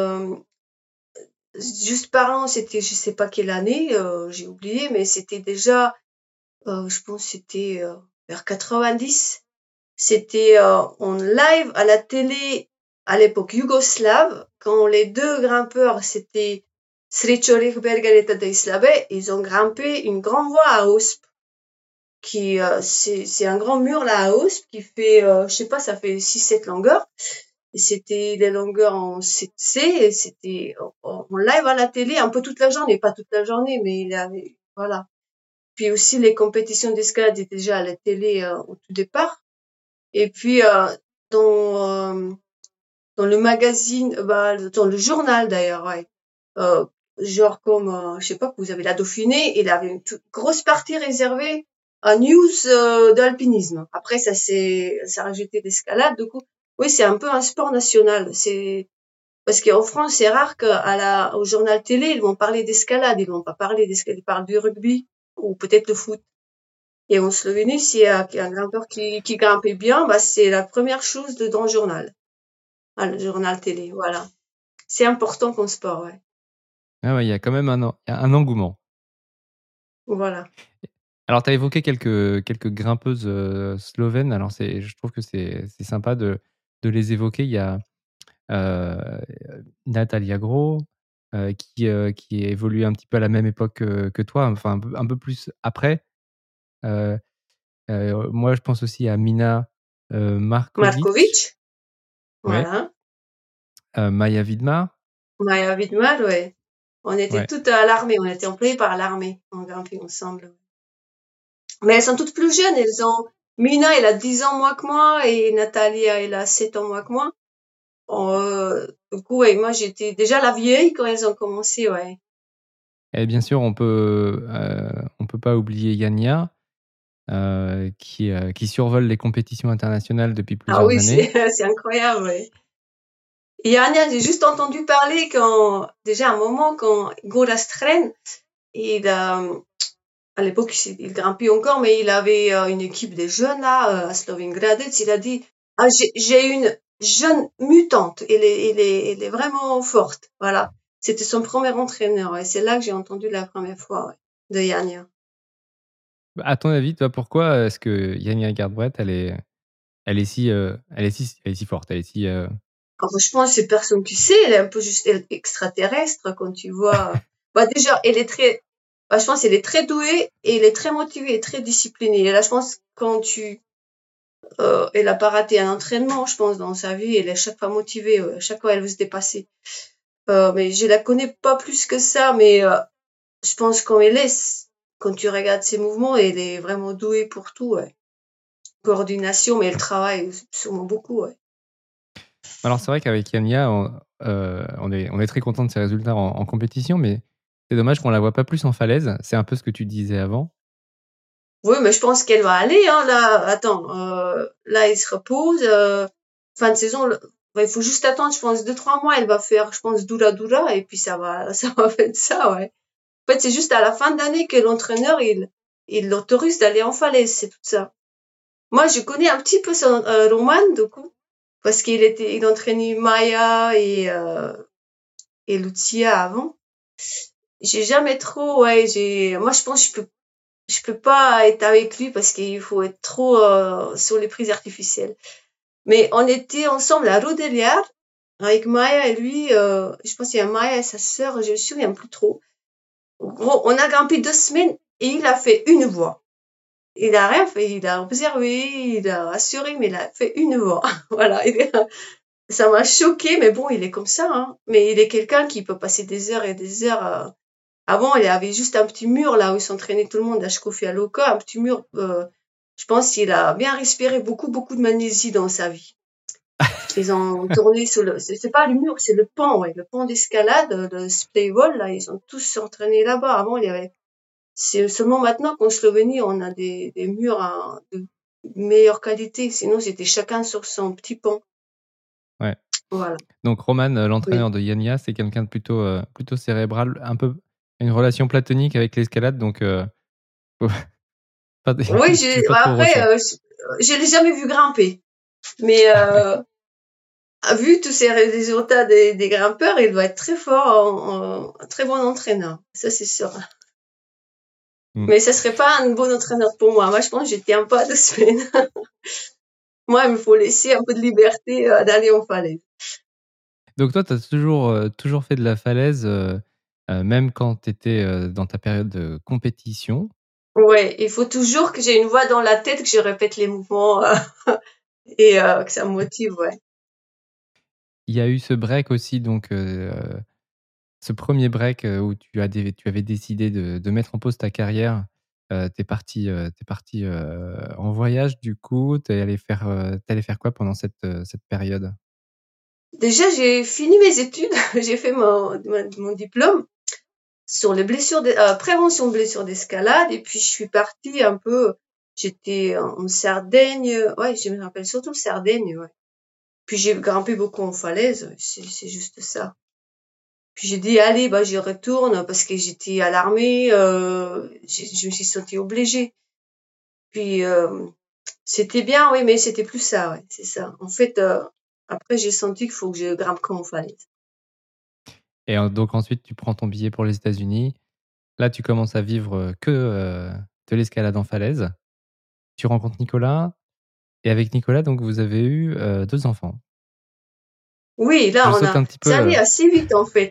Juste parlant, c'était, je sais pas quelle année, j'ai oublié, mais c'était déjà, je pense, que c'était vers 90. C'était en live à la télé à l'époque yougoslave, quand les deux grimpeurs, c'était Srećo Rihberger et Tadej Slavej, ils ont grimpé une grande voie à Osp, qui c'est un grand mur là à Osp qui fait, je sais pas, ça fait 6-7 longueurs. Et c'était les longueurs en CC et c'était en live à la télé un peu toute la journée, pas toute la journée, mais il avait, voilà. Puis aussi les compétitions d'escalade étaient déjà à la télé au tout départ. Et puis dans euh, dans le magazine, bah, dans le journal d'ailleurs, ouais. Euh, genre comme, je sais pas, vous avez la Dauphinée, il avait une grosse partie réservée à news d'alpinisme. Après, ça a rajouté l'escalade. Du coup, oui, c'est un peu un sport national. C'est parce qu'en France, c'est rare au journal télé, ils vont parler d'escalade, ils vont pas parler d'escalade, ils parlent du rugby ou peut-être le foot. Et en Slovénie, s'il y a un grimpeur qui grimpait bien, bah, c'est la première chose dans le journal. Ah, le journal télé, voilà. C'est important comme sport, ouais. Ah ouais, il y a quand même il y a un engouement. Voilà. Alors, tu as évoqué quelques grimpeuses slovènes. Alors, je trouve que c'est sympa de les évoquer. Il y a euh, Natalia Gros, qui évolue un petit peu à la même époque que toi, enfin un peu plus après. Moi, je pense aussi à Mina Markovic. Markovic, Ouais. voilà. Maya Vidmar. Maya Vidmar, ouais. On était Ouais. toutes à l'armée, on était employés par l'armée, on grimpait ensemble. Mais elles sont toutes plus jeunes, Mina, elle a 10 ans moins que moi, et Natalia, elle a 7 ans moins que moi. Du coup, ouais, moi, j'étais déjà la vieille quand elles ont commencé, ouais. Et bien sûr, on peut pas oublier Yania, qui survole les compétitions internationales depuis Ah plusieurs oui, années. c'est incroyable, ouais. Et Yania, j'ai juste entendu parler déjà un moment, quand Gorazd Hren, à l'époque, il grimpait encore, mais il avait une équipe de jeunes, là, à Slovenj-Gradec. Il a dit, ah, j'ai une jeune mutante. Elle est vraiment forte. Voilà. C'était son premier entraîneur. Et c'est là que j'ai entendu la première fois, ouais, de Yania. À ton avis, toi, pourquoi est-ce que Yania Gardbret, elle est si forte, elle est si Alors, je pense que c'est personne qui sait. Elle est un peu juste extraterrestre quand tu vois. Bah, déjà, je pense qu'elle est très douée et elle est très motivée et très disciplinée. Et là, je pense elle a pas raté un entraînement, je pense, dans sa vie. Elle est chaque fois motivée. Chaque fois, elle veut se dépasser. Mais je la connais pas plus que ça. Mais je pense quand tu regardes ses mouvements, elle est vraiment douée pour tout. Ouais. Coordination, mais elle travaille sûrement beaucoup. Ouais. Alors c'est vrai qu'avec Yania, on est très content de ses résultats en compétition, mais c'est dommage qu'on la voit pas plus en falaise. C'est un peu ce que tu disais avant. Oui, mais je pense qu'elle va aller. Hein, là, attends, là, elle se repose. Fin de saison, il faut juste attendre. Je pense 2-3 mois. Elle va faire, je pense, Dura Dura, et puis ça va, ça va faire ça. Ouais. En fait, c'est juste à la fin de l'année que l'entraîneur, il l'autorise d'aller en falaise, c'est tout ça. Moi, je connais un petit peu son Roman, du coup, parce il entraînait Maya et Lucia avant. J'ai jamais trop, ouais, moi, je pense que je peux pas être avec lui parce qu'il faut être trop sur les prises artificielles. Mais on était ensemble à Rodeliard avec Maya et lui, je pense qu'il y a Maya et sa sœur, je me souviens plus trop. En gros, on a grimpé 2 semaines et il a fait une voie. Il a rien fait, il a observé, il a assuré, mais il a fait une voie. Voilà. Ça m'a choqué, mais bon, il est comme ça, hein. Mais il est quelqu'un qui peut passer des heures et des heures. Avant, il y avait juste un petit mur là où s'entraînait tout le monde à Shkofi-Aloka, un petit mur. Je pense qu'il a bien respiré beaucoup, beaucoup de magnésie dans sa vie. Ils ont tourné c'est pas le mur, c'est le pan, ouais, le pan d'escalade, le Splay-Wall, là, ils ont tous s'entraîné là-bas. Avant, c'est seulement maintenant qu'en Slovénie, on a des murs de meilleure qualité. Sinon, c'était chacun sur son petit pan. Ouais. Voilà. Donc Roman, l'entraîneur Oui. de Yania, c'est quelqu'un de plutôt cérébral, un peu une relation platonique avec l'escalade, donc faut pas, Oui, tu peux pas trop après, rejeter. je l'ai jamais vu grimper. Mais vu tous ces résultats des grimpeurs, il doit être très fort, un très bon entraîneur. Ça, c'est sûr. Mm. Mais ça serait pas un bon entraîneur pour moi. Moi, je pense que je tiens pas 2 semaines. Moi, il me faut laisser un peu de liberté d'aller en falaise. Donc toi, tu as toujours fait de la falaise, même quand tu étais dans ta période de compétition. Ouais, il faut toujours que j'ai une voix dans la tête, que je répète les mouvements et que ça me motive, ouais. Il y a eu ce break aussi, donc ce premier break où tu avais décidé de mettre en pause ta carrière. T'es parti en voyage du coup. T'allais faire quoi pendant cette période? Déjà, j'ai fini mes études, j'ai fait mon diplôme sur les prévention de blessures d'escalade, et puis je suis partie un peu, j'étais en Sardaigne, ouais, je me rappelle surtout Sardaigne, ouais. Puis j'ai grimpé beaucoup en falaise, c'est juste ça. Puis j'ai dit allez, bah j'y retourne parce que j'étais à l'armée, je me suis sentie obligée. Puis c'était bien, oui, mais c'était plus ça, ouais, c'est ça. En fait, après j'ai senti qu'il faut que je grimpe comme en falaise. Et donc ensuite, tu prends ton billet pour les États-Unis. Là, tu commences à vivre que de l'escalade en falaise. Tu rencontres Nicolas et avec Nicolas, donc vous avez eu 2 enfants. Oui, Je là saute un petit c'est peu. allé assez vite en fait.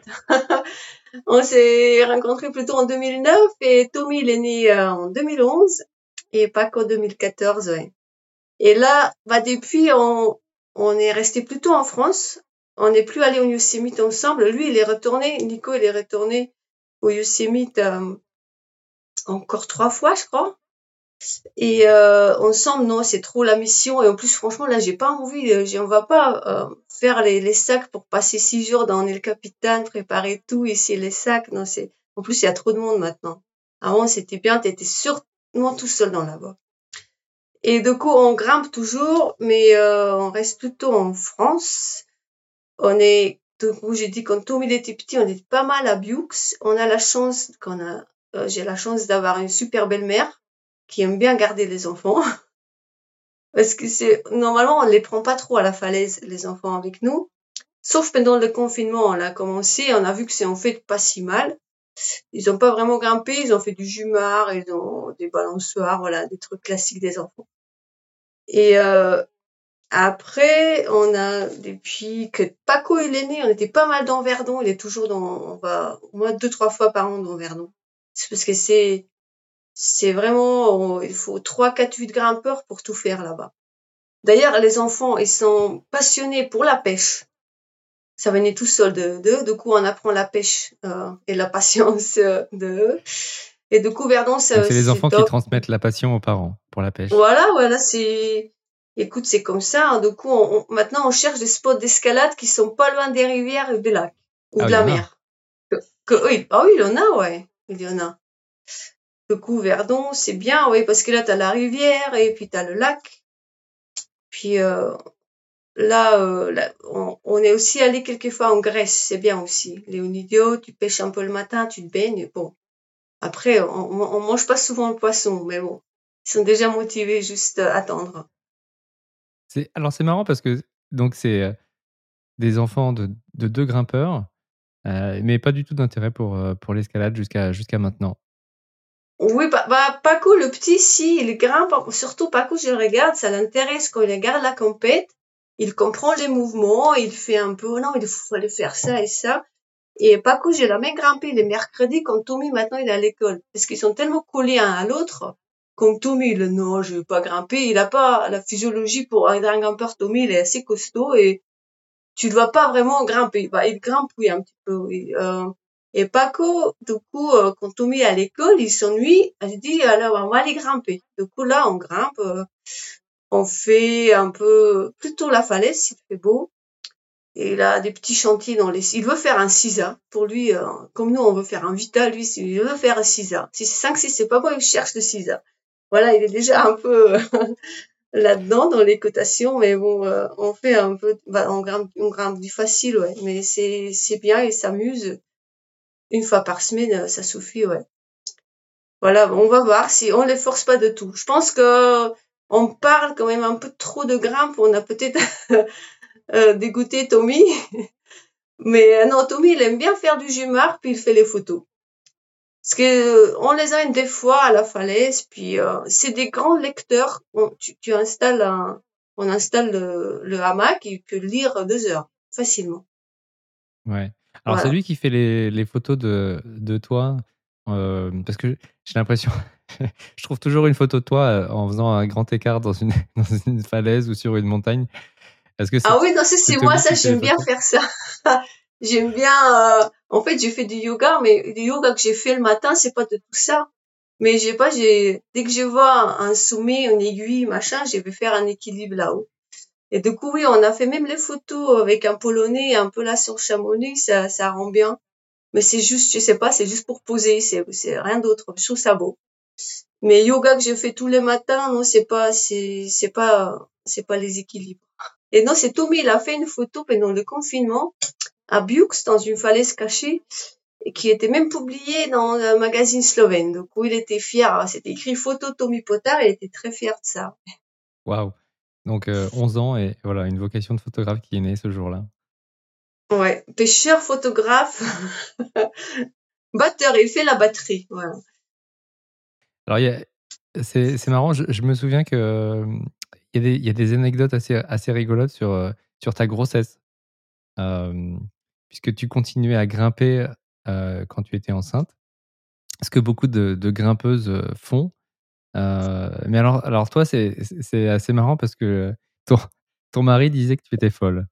On s'est rencontrés plutôt en 2009 et Tommy il est né en 2011 et Pâques en 2014, ouais. Et là, depuis, on est resté plutôt en France. On n'est plus allé au Yosemite ensemble. Lui, Nico, il est retourné au Yosemite encore 3 fois, je crois. Et ensemble, non, c'est trop la mission. Et en plus, franchement, là, j'ai pas envie. On va pas faire les sacs pour passer 6 jours dans El Capitan, préparer tout, ici les sacs. Non, c'est. En plus, il y a trop de monde maintenant. Avant, c'était bien. T'étais sûrement tout seul dans là-bas. Et du coup, on grimpe toujours, mais on reste plutôt en France. Du coup, j'ai dit quand Tom il était petit, on était pas mal à Biux. On a la chance j'ai la chance d'avoir une super belle-mère qui aime bien garder les enfants. Parce que normalement, on les prend pas trop à la falaise, les enfants avec nous. Sauf pendant le confinement, on a commencé, on a vu que c'est en fait pas si mal. Ils ont pas vraiment grimpé, ils ont fait du jumar, ils ont des balançoires, voilà, des trucs classiques des enfants. Et après, depuis que Paco il est né, on était pas mal dans Verdon. Il est toujours on va au moins 2-3 fois par an dans Verdon. C'est parce que c'est vraiment, il faut 3-4 8 grimpeurs pour tout faire là-bas. D'ailleurs, les enfants, ils sont passionnés pour la pêche. Ça venait tout seul d'eux. Du coup, on apprend la pêche et la patience d'eux. Et du coup, Verdon, Donc, c'est les c'est enfants qui top. transmettent la passion aux parents pour la pêche. Voilà, écoute, c'est comme ça. Hein. Du coup, maintenant, on cherche des spots d'escalade qui sont pas loin des rivières et des lacs ou Ah de oui, il y la en a. mer. Oui, ah oui, il y en a, ouais. Il y en a. Du coup, Verdon, c'est bien, oui, parce que là, t'as la rivière et puis t'as le lac. Puis là, on est aussi allé quelquefois en Grèce, c'est bien aussi. Léonidio, tu pêches un peu le matin, tu te baignes. Bon, après, on mange pas souvent le poisson, mais bon, ils sont déjà motivés juste à attendre. Alors, c'est marrant parce que donc c'est des enfants de 2 grimpeurs, mais pas du tout d'intérêt pour l'escalade jusqu'à maintenant. Oui, Paco, le petit, si, il grimpe, surtout Paco, je le regarde, ça l'intéresse quand il regarde la compète, il comprend les mouvements, il fait un peu, non, il fallait faire ça et ça. Et Paco, j'ai la main grimpé les mercredis quand Tommy, maintenant, il est à l'école. Parce qu'ils sont tellement collés un à l'autre, comme Tommy, non, je veux pas grimper, il a pas la physiologie pour un grimpeur. Tommy, il est assez costaud et tu ne dois pas vraiment grimper. Bah, il grimpe, oui, un petit peu, oui. Et Paco, du coup, quand Tommy est à l'école, il s'ennuie. Elle dit, alors, on va aller grimper. Du coup, là, on grimpe, on fait un peu, plutôt la falaise, s'il fait beau. Et il a des petits chantiers il veut faire un CISA. Pour lui, comme nous, on veut faire un Vita, lui, il veut faire un CISA. Si c'est 5-6, c'est pas bon, il cherche le CISA. Voilà, il est déjà un peu, là-dedans dans les cotations, mais bon, on fait un peu, on grimpe du facile, ouais, mais c'est bien, il s'amuse. Une fois par semaine, ça suffit, ouais. Voilà, on va voir si on les force pas de tout. Je pense que on parle quand même un peu trop de grimpe, on a peut-être dégoûté Tommy, mais non, Tommy il aime bien faire du jumar, puis il fait les photos. Parce que on les a des fois à la falaise, puis c'est des grands lecteurs. Tu installes on installe le hamac et il peut lire 2 heures facilement. Ouais. Alors, c'est Voilà. lui qui fait les photos de toi, parce que j'ai l'impression, je trouve toujours une photo de toi en faisant un grand écart dans une, dans une falaise ou sur une montagne. Est-ce que Ah oui, non, c'est c'est moi Tommy ça, qui fait les j'aime bien photos? faire ça. J'aime bien. En fait, j'ai fait du yoga, mais du yoga que j'ai fait le matin, c'est pas de tout ça. Mais dès que je vois un sommet, une aiguille, machin, je vais faire un équilibre là-haut. Et du coup, oui, on a fait même les photos avec un Polonais un peu là sur Chamonix, ça rend bien. Mais c'est juste, je sais pas, c'est juste pour poser, c'est rien d'autre. Je trouve ça beau. Mais yoga que je fais tous les matins, non, c'est pas les équilibres. Et non, c'est Tommy, il a fait une photo pendant le confinement à Biux, dans une falaise cachée, et qui était même publiée dans un magazine slovène. Donc, où il était fier. C'était écrit photo Tommy Potard, il était très fier de ça. Waouh! Donc, 11 ans et voilà, une vocation de photographe qui est née ce jour-là. Ouais. Pêcheur, photographe, batteur, il fait la batterie. Voilà. Alors, c'est marrant, je me souviens que il y a des anecdotes assez rigolotes sur ta grossesse. Puisque tu continuais à grimper quand tu étais enceinte. Ce que beaucoup de grimpeuses font, Mais alors toi, c'est assez marrant parce que ton, ton mari disait que tu étais folle.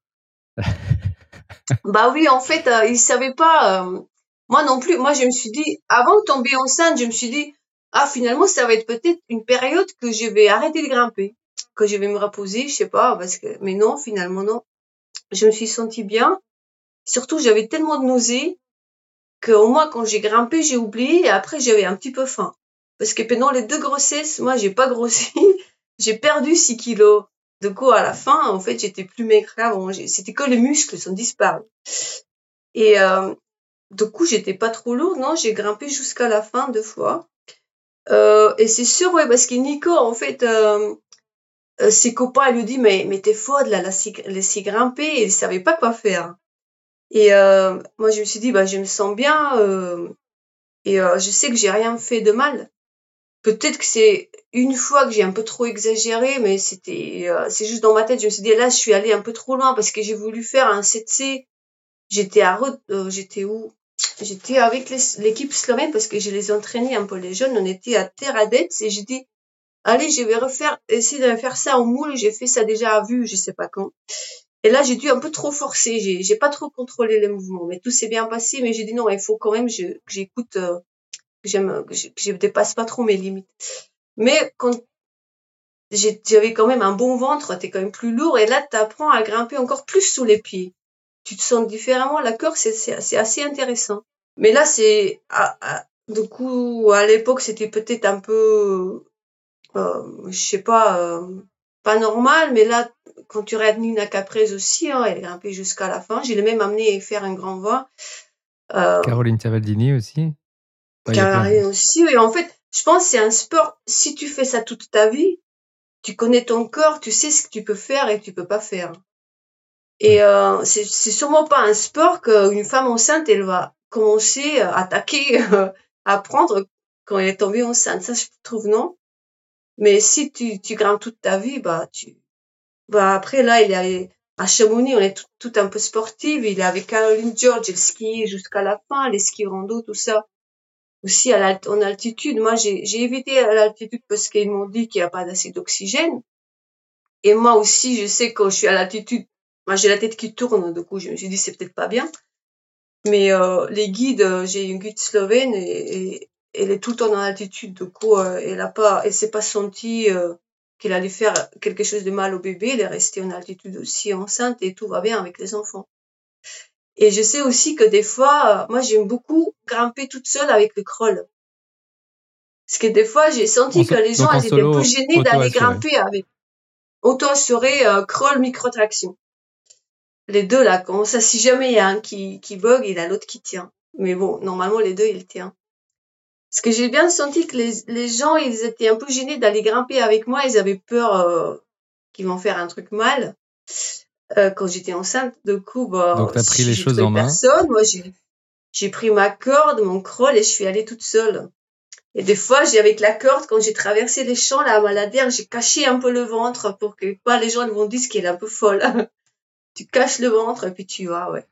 Bah oui, en fait, il savait pas. Moi non plus. Moi, je me suis dit, avant de tomber enceinte, je me suis dit, ah, finalement, ça va être peut-être une période que je vais arrêter de grimper, que je vais me reposer, je sais pas, parce que. Mais non, finalement non. Je me suis sentie bien. Surtout, j'avais tellement de nausées qu'au moins quand j'ai grimpé, j'ai oublié et après j'avais un petit peu faim. Parce que pendant les 2 grossesses, moi, j'ai pas grossi. J'ai perdu 6 kilos. Du coup, à la fin, en fait, j'étais plus maigre qu'avant. C'était que les muscles sont disparus. Et du coup, j'étais pas trop lourde, non, j'ai grimpé jusqu'à la fin 2 fois. Et c'est sûr, ouais, parce que Nico, en fait, ses copains lui dit mais t'es folle là, laisser grimper, et il savait pas quoi faire. Et moi je me suis dit bah je me sens bien, et je sais que j'ai rien fait de mal. Peut-être que c'est une fois que j'ai un peu trop exagéré, mais c'est juste dans ma tête. Je me suis dit là je suis allée un peu trop loin parce que j'ai voulu faire un 7C. J'étais où? J'étais avec l'équipe slovène parce que je les entraînais un peu les jeunes. On était à Terradets et j'ai dit allez, je vais essayer de faire ça en moule. J'ai fait ça déjà à vue, je sais pas quand. Et là, j'ai dû un peu trop forcer. J'ai pas trop contrôlé les mouvements, mais tout s'est bien passé. Mais j'ai dit non, il faut quand même que j'écoute, que je dépasse pas trop mes limites. Mais quand j'avais quand même un bon ventre, t'es quand même plus lourd et là, t'apprends à grimper encore plus sous les pieds. Tu te sens différemment. La corde, c'est assez intéressant. Mais là, du coup, à l'époque, c'était peut-être un peu, je sais pas, pas normal, mais là, quand tu regardes Nina Caprez aussi, hein, elle est grimpée jusqu'à la fin. Je l'ai même amenée faire un grand voie. Caroline Cavaldini aussi. Ouais, il y a plein. Caroline aussi. Et en fait, je pense que c'est un sport, si tu fais ça toute ta vie, tu connais ton corps, tu sais ce que tu peux faire et que tu peux pas faire. Et Ouais. c'est sûrement pas un sport qu'une femme enceinte, elle va commencer à attaquer, à apprendre quand elle est tombée enceinte. Ça, je trouve non. Mais si tu grimpes toute ta vie, bah après là, il est à Chamonix, on est tout un peu sportive. Il est avec Caroline George, elle skie jusqu'à la fin, les skis rando, tout ça. Aussi en altitude. Moi, j'ai évité à l'altitude parce qu'ils m'ont dit qu'il n'y a pas d'assez d'oxygène. Et moi aussi, je sais quand je suis à l'altitude, moi j'ai la tête qui tourne, du coup je me suis dit c'est peut-être pas bien. Mais les guides, j'ai une guide slovène et elle est tout le temps en altitude, du coup elle s'est pas sentie qu'elle allait faire quelque chose de mal au bébé. Elle est restée en altitude aussi enceinte et tout va bien avec les enfants. Et je sais aussi que des fois, moi j'aime beaucoup grimper toute seule avec le crawl. Parce que des fois j'ai senti que les gens Donc en ils étaient un peu solo, gênés d'aller auto-assuré. grimper avec. Autant serait crawl micro-traction. Les deux là, quand ça, si jamais il y a un qui bug, il y a l'autre qui tient. Mais bon, normalement les deux ils tiennent. Parce que j'ai bien senti que les gens ils étaient un peu gênés d'aller grimper avec moi, ils avaient peur qu'ils vont faire un truc mal. Quand j'étais enceinte, du coup bah Donc tu as pris les j'ai choses trouvé en main. personne. Moi j'ai pris ma corde, mon crawl et je suis allée toute seule. Et des fois, j'ai avec la corde, quand j'ai traversé les champs là à Maladière, j'ai caché un peu le ventre pour que pas les gens ils vont dire qu'elle est un peu folle. Tu caches le ventre et puis tu vas, ouais.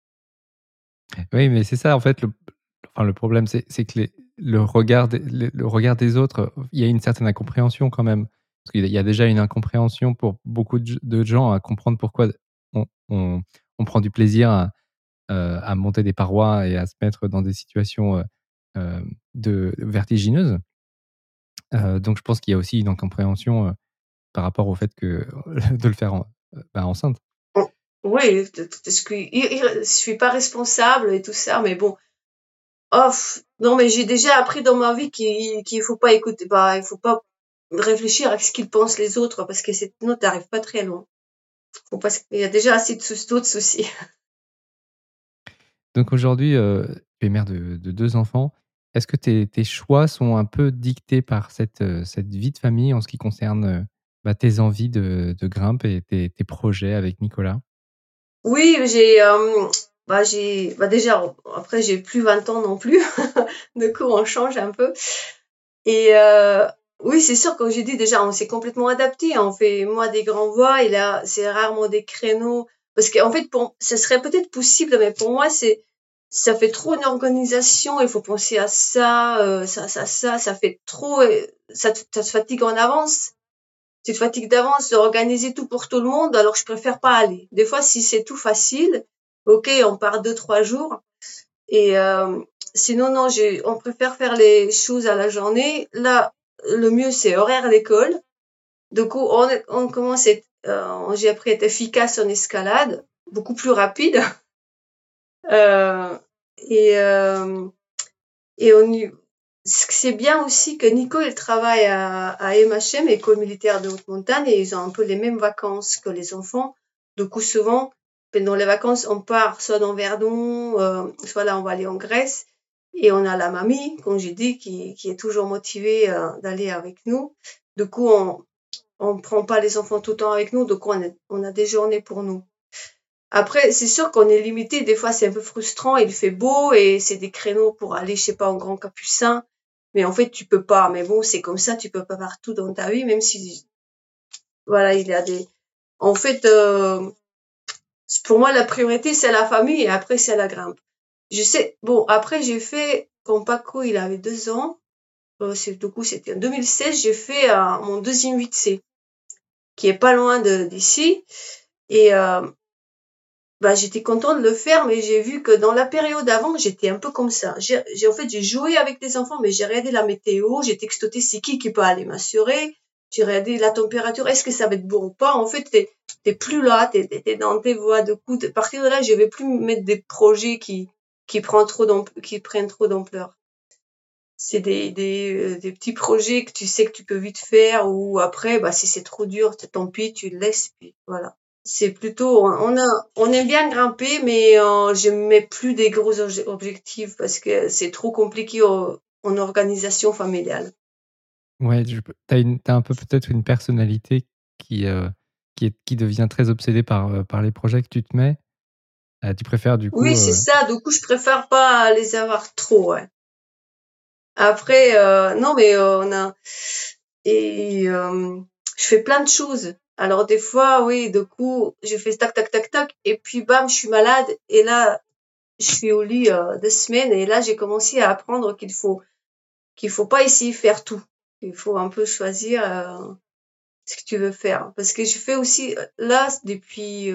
Oui, mais c'est ça en fait. Le problème, c'est que le regard des autres, il y a une certaine incompréhension quand même. Parce qu'il y a déjà une incompréhension pour beaucoup de gens à comprendre pourquoi on, on- on prend du plaisir à monter des parois et à se mettre dans des situations euh, vertigineuses. Donc je pense qu'il y a aussi une incompréhension par rapport au fait que de le faire enceinte. Oui, je suis pas responsable et tout ça, mais bon. Oh, non, mais j'ai déjà appris dans ma vie qu'il faut pas écouter, bah, il faut pas réfléchir à ce qu'ils pensent les autres, parce que sinon t'arrives pas très loin. Faut pas, il y a déjà assez d'autres soucis. Donc aujourd'hui, tu es mère de 2 enfants. Est-ce que tes choix sont un peu dictés par cette vie de famille en ce qui concerne, tes envies de grimpe et tes projets avec Nicolas? Oui, déjà, après, j'ai plus 20 ans non plus. Du coup, on change un peu. Et oui, c'est sûr, comme j'ai dit déjà, on s'est complètement adapté. On fait, moi, des grands voix, et là, c'est rarement des créneaux. Parce qu'en fait, ce serait peut-être possible, mais pour moi, ça fait trop une organisation. Il faut penser à ça, ça fait trop. ça te fatigue en avance. Tu te fatigues d'avance d'organiser tout pour tout le monde, alors je préfère pas aller. Des fois, si c'est tout facile, ok, on part 2-3 jours. Et sinon, non, on préfère faire les choses à la journée. Là, le mieux, c'est horaire d'école. Du coup, on commence j'ai appris à être efficace en escalade, beaucoup plus rapide. Euh, et et c'est bien aussi que Nico, il travaille à MHM, École militaire de haute montagne, et ils ont un peu les mêmes vacances que les enfants. Du coup, souvent, pendant les vacances, on part soit dans Verdon, soit là, on va aller en Grèce. Et on a la mamie, comme j'ai dit, qui est toujours motivée d'aller avec nous. Du coup, on prend pas les enfants tout le temps avec nous, donc on a des journées pour nous. Après, c'est sûr qu'on est limité. Des fois, c'est un peu frustrant. Il fait beau et c'est des créneaux pour aller, je sais pas, en Grand Capucin. Mais en fait, tu peux pas. Mais bon, c'est comme ça. Tu peux pas partout dans ta vie, même si, voilà, il y a des. En fait, pour moi, la priorité c'est la famille et après c'est la grimpe. Je sais. Bon, après j'ai fait quand Paco il avait 2 ans. Du coup, c'était en 2016. J'ai fait mon deuxième 8C, qui est pas loin d'ici. Et j'étais contente de le faire, mais j'ai vu que dans la période avant, j'étais un peu comme ça. En fait, j'ai joué avec des enfants, mais j'ai regardé la météo, j'ai textoté c'est qui peut aller m'assurer, j'ai regardé la température, est-ce que ça va être bon ou pas. En fait, t'es plus là, t'es dans tes voies de coups. À partir de là, je vais plus me mettre des projets qui prennent trop d'ampleur. C'est des petits projets que tu sais que tu peux vite faire, ou après, si c'est trop dur, tant pis, tu le laisses, puis voilà. C'est plutôt, on aime bien grimper, mais je mets plus des gros objectifs parce que c'est trop compliqué en organisation familiale. Ouais, t'as un peu peut-être une personnalité qui devient très obsédée par les projets que tu te mets. Tu préfères du coup. Oui, c'est ça. Du coup, je préfère pas les avoir trop. Ouais. Après, non, mais on a et je fais plein de choses. Alors des fois, oui, du coup, je fais tac tac tac tac, et puis bam, je suis malade, et là, je suis au lit 2 semaines, et là, j'ai commencé à apprendre qu'il faut pas essayer de faire tout. Il faut un peu choisir ce que tu veux faire. Parce que je fais aussi, là, depuis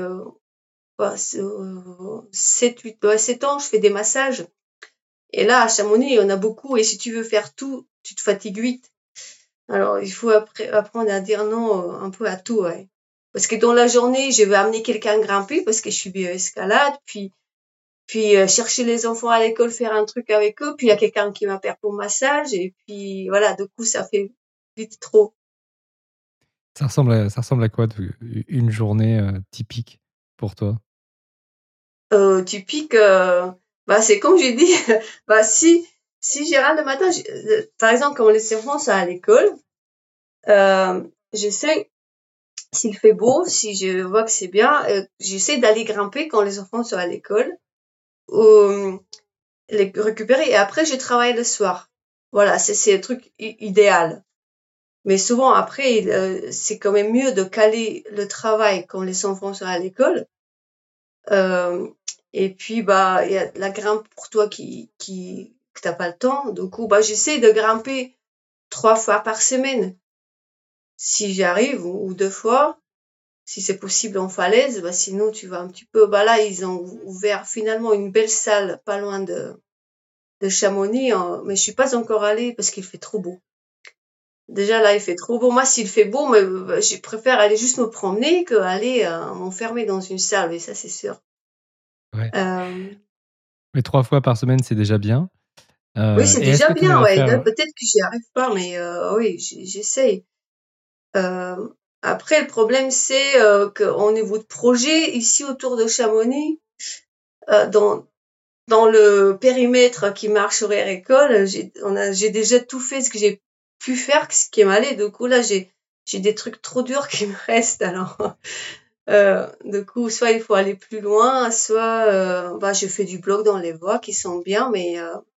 7, 8, 7 ans, je fais des massages. Et là, à Chamonix, il y en a beaucoup. Et si tu veux faire tout, tu te fatigues vite. Alors, il faut apprendre à dire non un peu à tout. Ouais. Parce que dans la journée, je vais amener quelqu'un grimper parce que je suis bio-escalade. Puis chercher les enfants à l'école, faire un truc avec eux. Puis il y a quelqu'un qui m'appelle pour massage. Et puis voilà, du coup, ça fait vite trop. Ça ressemble à quoi une journée typique pour toi? Typique, c'est comme j'ai dit, si j'ai rien le matin, par exemple, quand les enfants sont à l'école, j'essaie, s'il fait beau, si je vois que c'est bien, j'essaie d'aller grimper quand les enfants sont à l'école, ou les récupérer, et après je travaille le soir. Voilà, c'est le truc idéal. Mais souvent après, c'est quand même mieux de caler le travail quand les enfants sont à l'école. Et puis il y a la grimpe pour toi que t'as pas le temps. Du coup, j'essaie de grimper 3 fois par semaine si j'arrive, ou 2 fois si c'est possible en falaise. Sinon tu vas un petit peu. Là ils ont ouvert finalement une belle salle pas loin de Chamonix, mais je suis pas encore allée parce qu'il fait trop beau. Déjà là il fait trop beau. Moi s'il fait beau, mais je préfère aller juste me promener que aller m'enfermer dans une salle. Et ça c'est sûr. Ouais. Euh, Mais 3 fois par semaine, c'est déjà bien. Oui, c'est Et est-ce déjà que tu bien, arrives à ouais. faire. Peut-être que j'y arrive pas, mais oui, j'essaye. Euh, Après, le problème, c'est qu'au niveau de projet, ici autour de Chamonix, euh, dans, dans le périmètre qui marche horaire école, j'ai déjà tout fait ce que j'ai pu faire, ce qui m'allait. Du coup, là, j'ai des trucs trop durs qui me restent. Alors, du coup, soit il faut aller plus loin, soit je fais du bloc dans les voies qui sont bien, mais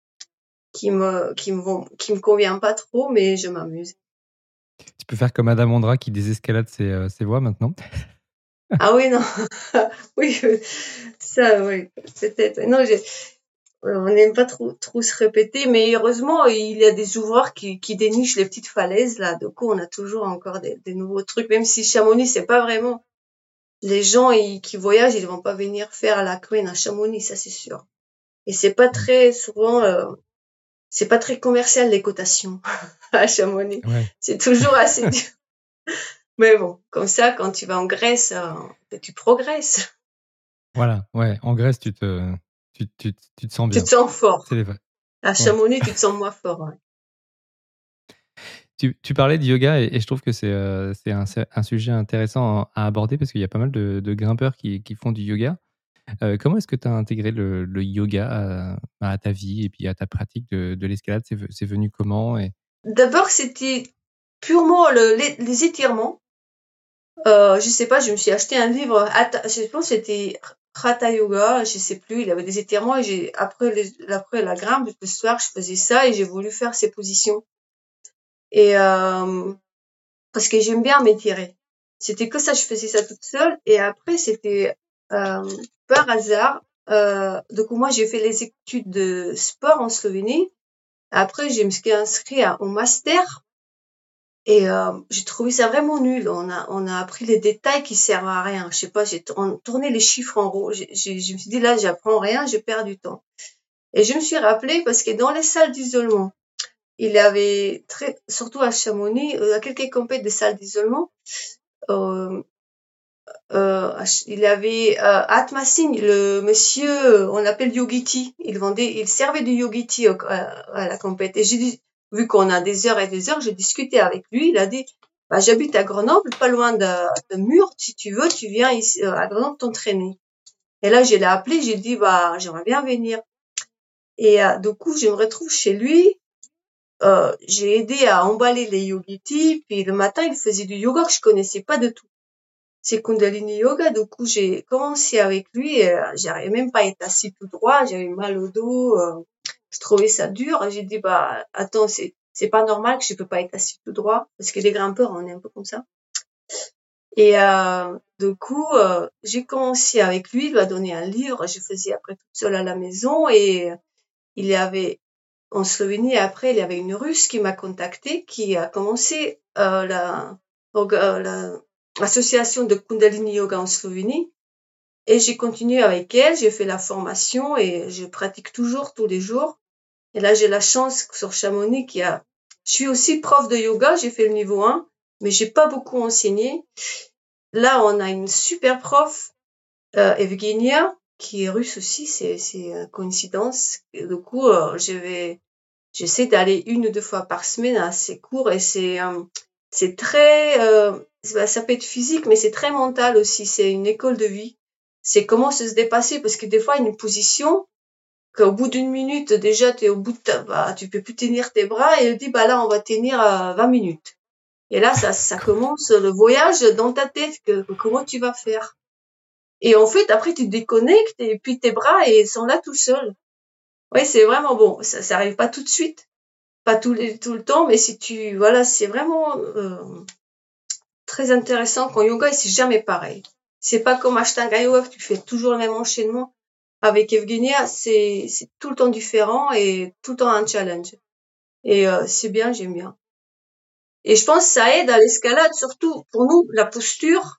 qui me convient pas trop, mais je m'amuse. Tu peux faire comme Adam Ondra qui désescalade ses voies maintenant. Ah oui, non. Oui, ça, oui, peut-être. Non, On n'aime pas trop se répéter, mais heureusement, il y a des ouvreurs qui dénichent les petites falaises, là. Du coup, on a toujours encore des nouveaux trucs, même si Chamonix, c'est pas vraiment. Les gens qui voyagent, ils vont pas venir faire la Queen à Chamonix, ça c'est sûr. Et c'est pas très souvent, c'est pas très commercial les cotations à Chamonix. Ouais. C'est toujours assez dur. Mais bon, comme ça, quand tu vas en Grèce, tu progresses. Voilà, ouais. En Grèce, tu te sens Tu bien. te sens fort. C'est vrai. À Chamonix, tu te sens moins fort. Ouais. Tu parlais de yoga et je trouve que c'est un sujet intéressant à aborder parce qu'il y a pas mal de grimpeurs qui font du yoga. Comment est-ce que tu as intégré le yoga à ta vie et puis à ta pratique de l'escalade? C'est venu comment D'abord, c'était purement les étirements. Je sais pas, je me suis acheté un livre, je pense que c'était Hatha Yoga, je sais plus, il avait des étirements et après la grimpe, le soir, je faisais ça et j'ai voulu faire ces positions. Et parce que j'aime bien m'étirer. C'était que ça, je faisais ça toute seule. Et après, c'était par hasard. Donc moi, j'ai fait les études de sport en Slovénie. Après, je me suis inscrite au master. Et j'ai trouvé ça vraiment nul. On a appris les détails qui servent à rien. Je sais pas, on tournait les chiffres en rond. Je me suis dit là, j'apprends rien, je perds du temps. Et je me suis rappelé parce que dans les salles d'isolement, il y avait surtout à Chamonix, à quelques compètes de salles d'isolement, euh, il y avait Atma Singh, le monsieur, on l'appelle Yogiti. Il servait de Yogiti à la compète. Et j'ai dit, vu qu'on a des heures et des heures, j'ai discuté avec lui. Il a dit, bah, j'habite à Grenoble, pas loin de Mur. Si tu veux, tu viens ici à Grenoble t'entraîner. Et là, je l'ai appelé, j'ai dit, bah, j'aimerais bien venir. Et du coup, je me retrouve chez lui. J'ai aidé à emballer les yogis, puis le matin, il faisait du yoga que je connaissais pas du tout. C'est Kundalini Yoga, du coup, j'ai commencé avec lui, et j'arrivais même pas à être assis tout droit, j'avais mal au dos, je trouvais ça dur, et j'ai dit, bah, attends, c'est pas normal que je peux pas être assis tout droit, parce que les grimpeurs, on est un peu comme ça. Et, du coup, j'ai commencé avec lui, il m'a donné un livre, je faisais après toute seule à la maison, et il y avait, en Slovénie, après, il y avait une Russe qui m'a contactée, qui a commencé l'association de Kundalini Yoga en Slovénie. Et j'ai continué avec elle, j'ai fait la formation et je pratique toujours tous les jours. Et là, j'ai la chance sur Chamonix je suis aussi prof de yoga, j'ai fait le niveau 1, mais j'ai pas beaucoup enseigné. Là, on a une super prof, Evgenia, qui est russe aussi, c'est une coïncidence. Et du coup, j'essaie d'aller 1 ou 2 fois par semaine à ces cours et c'est très, ça peut être physique, mais c'est très mental aussi. C'est une école de vie. C'est comment se dépasser parce que des fois, il y a une position qu'au bout d'1 minute, déjà, t'es au bout tu peux plus tenir tes bras et elle dit, bah là, on va tenir 20 minutes. Et là, ça commence le voyage dans ta tête comment tu vas faire. Et en fait, après, tu te déconnectes et puis tes bras, ils sont là tout seuls. Ouais, c'est vraiment bon. Ça arrive pas tout de suite. Pas tout le temps, mais si voilà, c'est vraiment très intéressant qu'en yoga, c'est jamais pareil. C'est pas comme Ashtanga Yoga que tu fais toujours le même enchaînement. Avec Evgenia, c'est tout le temps différent et tout le temps un challenge. Et c'est bien, j'aime bien. Et je pense que ça aide à l'escalade, surtout pour nous, la posture,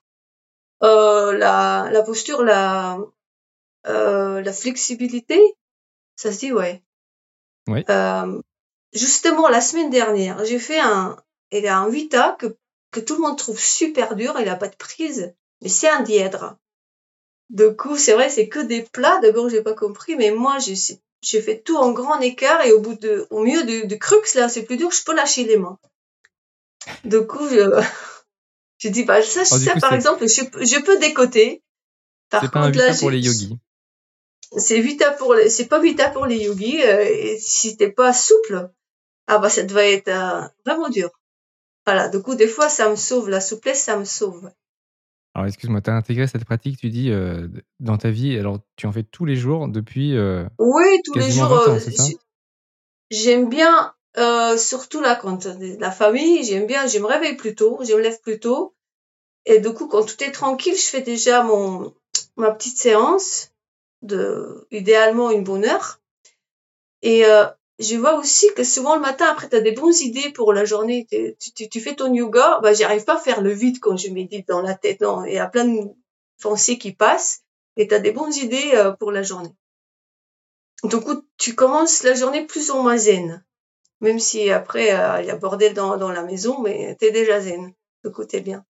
la posture, la flexibilité, ça se dit, ouais. Oui. Justement, la semaine dernière, j'ai fait il y a un Vita que tout le monde trouve super dur, il a pas de prise, mais c'est un dièdre. Du coup, c'est vrai, c'est que des plats, d'abord j'ai pas compris, mais moi, j'ai fait tout en grand écart et au milieu du crux, là, c'est plus dur, je peux lâcher les mains. Du coup, je dis, bah, ça, par exemple, je peux décoter. C'est pas un Vita pour les yogis. C'est pas Vita pour les yogis, et si t'es pas souple, ah bah ça devait être vraiment dur. Voilà, du coup des fois ça me sauve, la souplesse ça me sauve. Alors excuse-moi, tu as intégré cette pratique, tu dis, dans ta vie, alors tu en fais tous les jours depuis oui, tous les jours, 20 ans, c'est ça? J'aime bien, surtout là quand la famille, je me réveille plus tôt, je me lève plus tôt, et du coup quand tout est tranquille, je fais déjà ma petite séance idéalement une bonne heure. Et je vois aussi que souvent le matin, après, tu as des bonnes idées pour la journée. Tu fais ton yoga, bah, j'arrive pas à faire le vide quand je médite dans la tête. Non, il y a plein de pensées qui passent et tu as des bonnes idées pour la journée. Du coup, tu commences la journée plus ou moins zen. Même si après, il y a bordel dans la maison, mais t'es déjà zen. Du coup, t'es bien.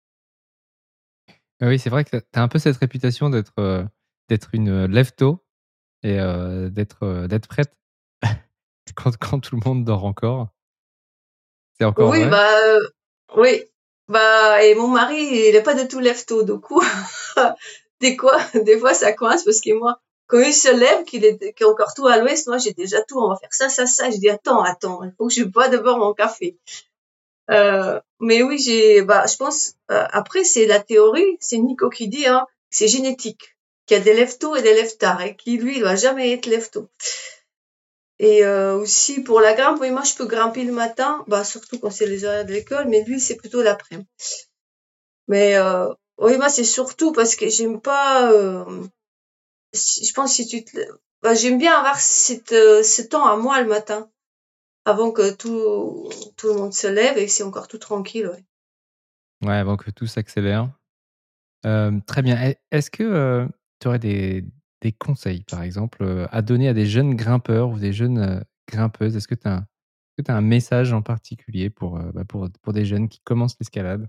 Oui, c'est vrai que tu as un peu cette réputation d'être une lève-tôt et d'être prête quand tout le monde dort encore. C'est encore Oui, vrai? bah, oui. Bah, et mon mari, il est pas du tout lève-tôt. Du coup, des fois, ça coince parce que moi, quand il se lève, qu'il est encore tout à l'ouest, moi, j'ai déjà tout. On va faire ça, ça, ça. Je dis, attends, il faut que je bois d'abord mon café. Mais oui, bah, je pense, après, c'est la théorie, c'est Nico qui dit, hein, c'est génétique. Qu'il y a des lève-tôt et des lève-tard, et qui, lui, il va jamais être lève-tôt. Et aussi, pour la grimpe, oui, moi, je peux grimper le matin, bah, surtout quand c'est les horaires de l'école, mais lui, c'est plutôt l'après-midi. Mais, oui, moi, c'est surtout parce que j'aime pas, je pense que si bah, j'aime bien avoir ce temps à moi le matin, avant que tout le monde se lève et que c'est encore tout tranquille, ouais. Ouais, avant que tout s'accélère. Très bien. Est-ce que tu aurais des conseils, par exemple, à donner à des jeunes grimpeurs ou des jeunes, grimpeuses? Est-ce que tu as un message en particulier pour des jeunes qui commencent l'escalade?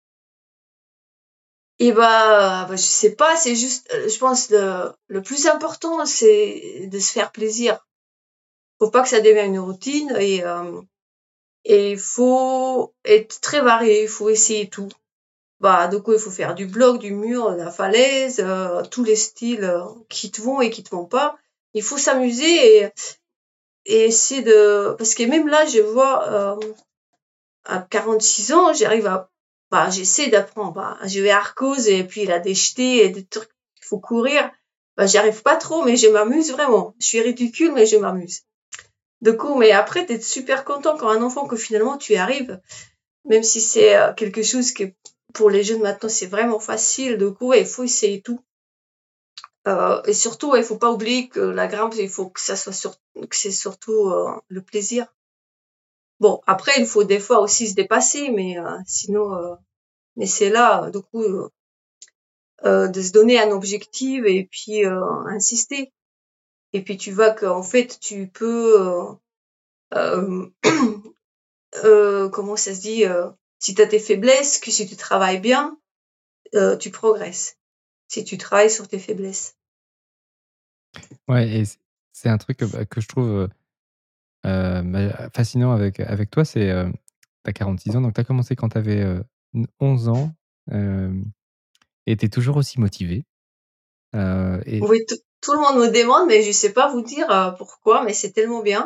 Et bah, je sais pas, c'est juste, je pense le plus important, c'est de se faire plaisir. Faut pas que ça devienne une routine et il faut être très varié, il faut essayer tout. Bah, du coup, il faut faire du bloc, du mur, de la falaise, tous les styles qui te vont et qui te vont pas. Il faut s'amuser et essayer parce que même là, je vois, à 46 ans, bah, j'essaie d'apprendre. Bah, je vais à Arcos et puis il a des jetés et des trucs qu'il faut courir. Bah, j'y arrive pas trop, mais je m'amuse vraiment. Je suis ridicule, mais je m'amuse. Du coup, mais après, t'es super content quand un enfant que finalement tu y arrives, même si c'est quelque chose que pour les jeunes maintenant c'est vraiment facile. Du coup, ouais, il faut essayer tout. Et surtout, ouais, il faut pas oublier que la grimpe, il faut que ça soit que c'est surtout le plaisir. Bon, après, il faut des fois aussi se dépasser, mais sinon, mais c'est là, du coup, de se donner un objectif et puis insister. Et puis tu vois qu'en fait, tu peux, euh, comment ça se dit, si tu as tes faiblesses, que si tu travailles bien, tu progresses. Si tu travailles sur tes faiblesses. Ouais, et c'est un truc, que je trouve, fascinant avec toi, c'est, tu as 46 ans, donc tu as commencé quand tu avais, 11 ans, hem et tu es toujours aussi motivé, et Oui, tout le monde me demande, mais je sais pas vous dire pourquoi, mais c'est tellement bien.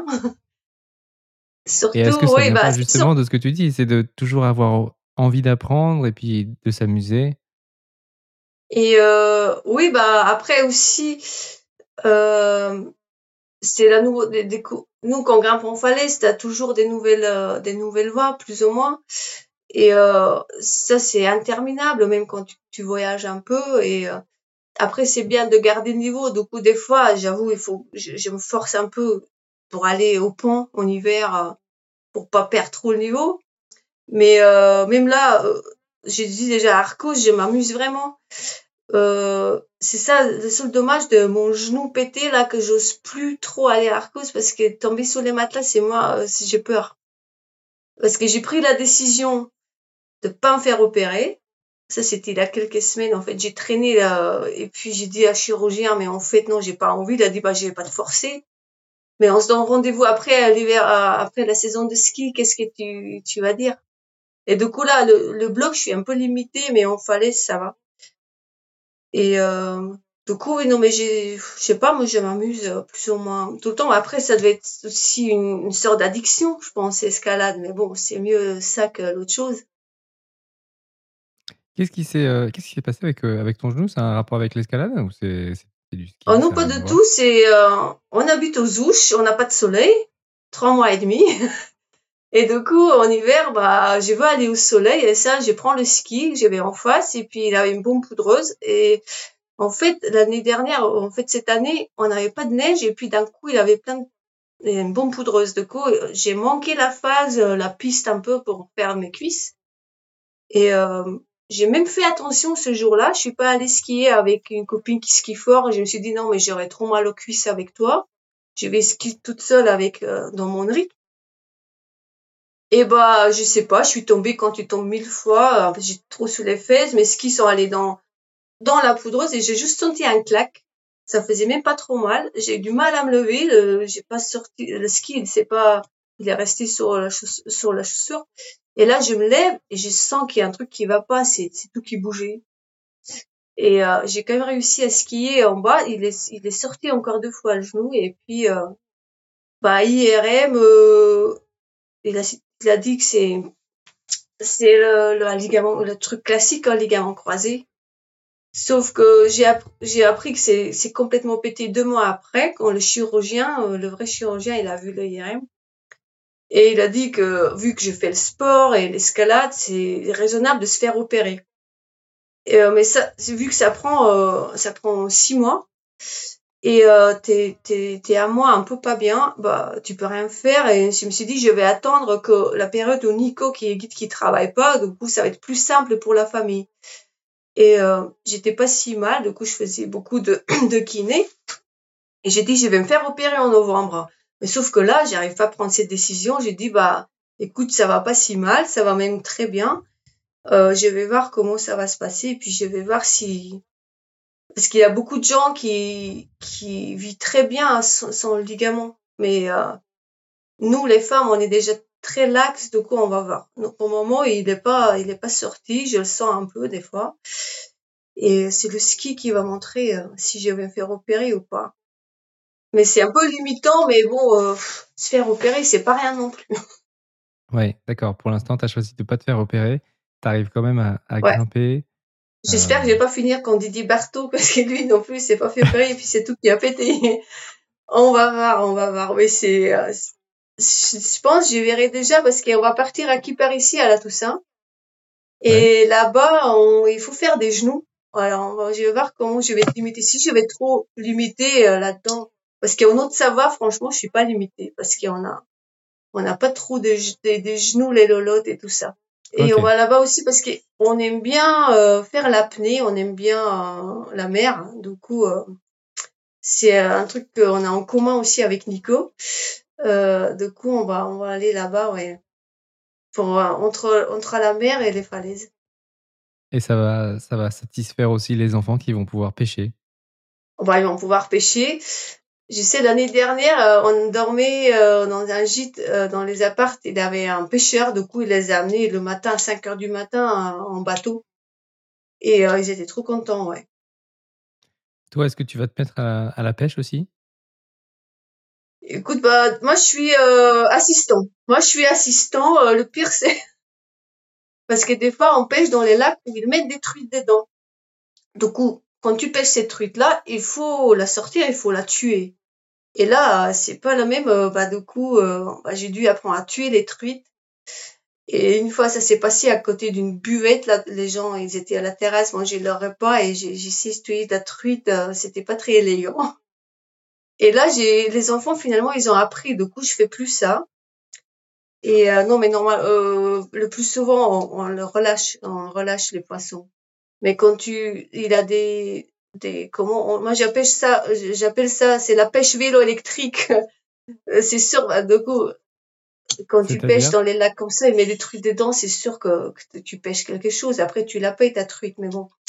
Et est-ce que Surtout, ça oui, vient bah, pas justement de ce que tu dis? C'est de toujours avoir envie d'apprendre et puis de s'amuser? et oui, bah après aussi, euh, c'est la nouveau nous quand on grimpe en falaise, t'as toujours des nouvelles voies plus ou moins. Et ça c'est interminable même quand tu voyages un peu et après c'est bien de garder le niveau. Du coup des fois, j'avoue, il faut je me force un peu pour aller au pont en hiver pour pas perdre trop le niveau. Mais même là, j'ai dit déjà à Arcos, je m'amuse vraiment. C'est ça le seul dommage de mon genou pété là que j'ose plus trop aller à Arcos parce que tomber sur les matelas, c'est moi, j'ai peur. Parce que j'ai pris la décision de pas me faire opérer. Ça, c'était il y a quelques semaines. En fait, j'ai traîné là, et puis j'ai dit à chirurgien, mais en fait, non, j'ai pas envie. Il a dit, bah, je vais pas te forcer. Mais on se donne rendez-vous après l'hiver, après la saison de ski. Qu'est-ce que tu vas dire? Et du coup, là, le bloc, je suis un peu limitée, mais en falaise, ça va. Et, du coup, oui, non, mais je sais pas, moi, je m'amuse plus ou moins tout le temps. Après, ça devait être aussi une sorte d'addiction, je pense, escalade. Mais bon, c'est mieux ça que l'autre chose. Qu'est-ce qui s'est passé avec ton genou? C'est un rapport avec l'escalade ou c'est du Oh ski, non, ça a pas rien à du voir? tout. On habite aux Ouches, on n'a pas de soleil, 3 mois et demi. Et du coup, en hiver, bah, je veux aller au soleil et ça, je prends le ski, je vais en face et puis il a une bombe poudreuse. Et en fait, l'année dernière, en fait, cette année, on n'avait pas de neige et puis d'un coup, il avait plein et une bonne poudreuse. Du coup, j'ai manqué la phase, la piste un peu pour faire mes cuisses. Et j'ai même fait attention ce jour-là. Je suis pas allée skier avec une copine qui skie fort. Je me suis dit non, mais j'aurais trop mal aux cuisses avec toi. Je vais skier toute seule avec dans mon rythme. Et bah, je sais pas, je suis tombée quand tu tombes 1000 fois. J'ai trop sous les fesses. Mes skis sont allés dans la poudreuse et j'ai juste senti un clac. Ça faisait même pas trop mal. J'ai eu du mal à me lever. J'ai pas sorti le ski. Il est resté sur la chaussure. Et là, je me lève et je sens qu'il y a un truc qui va pas. C'est tout qui bougeait. Et j'ai quand même réussi à skier en bas. Il est sorti encore 2 fois le genou. Et puis, bah IRM, il a dit que c'est le ligament, le truc classique, un ligament croisé. Sauf que j'ai appris que c'est complètement pété 2 mois après, quand le vrai chirurgien, il a vu le IRM. Et il a dit que, vu que j'ai fait le sport et l'escalade, c'est raisonnable de se faire opérer. Mais ça, vu que ça prend 6 mois, et t'es un mois un peu pas bien, bah tu peux rien faire. Et je me suis dit, je vais attendre que la période où Nico qui est guide qui travaille pas, du coup ça va être plus simple pour la famille. Et j'étais pas si mal, du coup je faisais beaucoup de de kiné. Et j'ai dit, je vais me faire opérer en novembre. Mais sauf que là, j'arrive pas à prendre cette décision. J'ai dit, bah écoute, ça va pas si mal, ça va même très bien. Je vais voir comment ça va se passer, et puis je vais voir si, parce qu'il y a beaucoup de gens qui vivent très bien sans le ligament. Mais nous, les femmes, on est déjà très laxes, du coup, on va voir. Donc, au moment, il est pas sorti, je le sens un peu des fois. Et c'est le ski qui va montrer si je vais me faire opérer ou pas. Mais c'est un peu limitant, mais bon, se faire opérer, c'est pas rien non plus. Ouais, d'accord. Pour l'instant, tu as choisi de pas te faire opérer. Tu arrives quand même à Ouais. grimper. J'espère que je vais pas finir comme Didier Barthaud, parce que lui non plus, il s'est pas fait opérer, et puis c'est tout qui a pété. On va voir, on va voir. Mais je pense, je verrai déjà, parce qu'on va partir à Kipar-ici à la Toussaint. Ouais. Et là-bas, il faut faire des genoux. Alors, je vais voir comment je vais être limitée. Si je vais trop limiter là-dedans, parce qu'en Haute-Savoie, franchement, je suis pas limitée, parce on n'a pas trop des genoux, les lolotes et tout ça. Et on Ok. va là-bas aussi parce qu'on aime bien faire l'apnée, on aime bien la mer. Du coup, c'est un truc qu'on a en commun aussi avec Nico. Du coup, on va aller là-bas, ouais, pour entre la mer et les falaises. Et ça va satisfaire aussi les enfants qui vont pouvoir pêcher. Ils vont pouvoir pêcher. Je sais, l'année dernière, on dormait dans un gîte dans les apparts. Il y avait un pêcheur, du coup, il les a amenés le matin à 5 heures du matin en bateau. Et ils étaient trop contents, ouais. Toi, est-ce que tu vas te mettre à la pêche aussi? Écoute, bah, moi, je suis assistant. Moi, je suis assistant. Le pire, c'est parce que des fois, on pêche dans les lacs où ils mettent des truites dedans. Du coup, quand tu pêches cette truite-là, il faut la sortir, il faut la tuer. Et là, c'est pas la même. Bah, du coup, bah, j'ai dû apprendre à tuer les truites. Et une fois, ça s'est passé à côté d'une buvette. Là, les gens, ils étaient à la terrasse, mangeaient leur repas, et j'ai essayé de tuer la truite. C'était pas très élégant. Et là, les enfants, finalement, ils ont appris. Du coup, je fais plus ça. Et non, mais normal, le plus souvent, on relâche les poissons. Mais quand il a moi j'appelle ça, c'est la pêche vélo électrique. C'est sûr, bah, du coup, quand tu pêches C'est-à-dire? dans les lacs comme ça, il met des trucs dedans, c'est sûr que tu pêches quelque chose. Après, tu la payes ta truite, mais bon,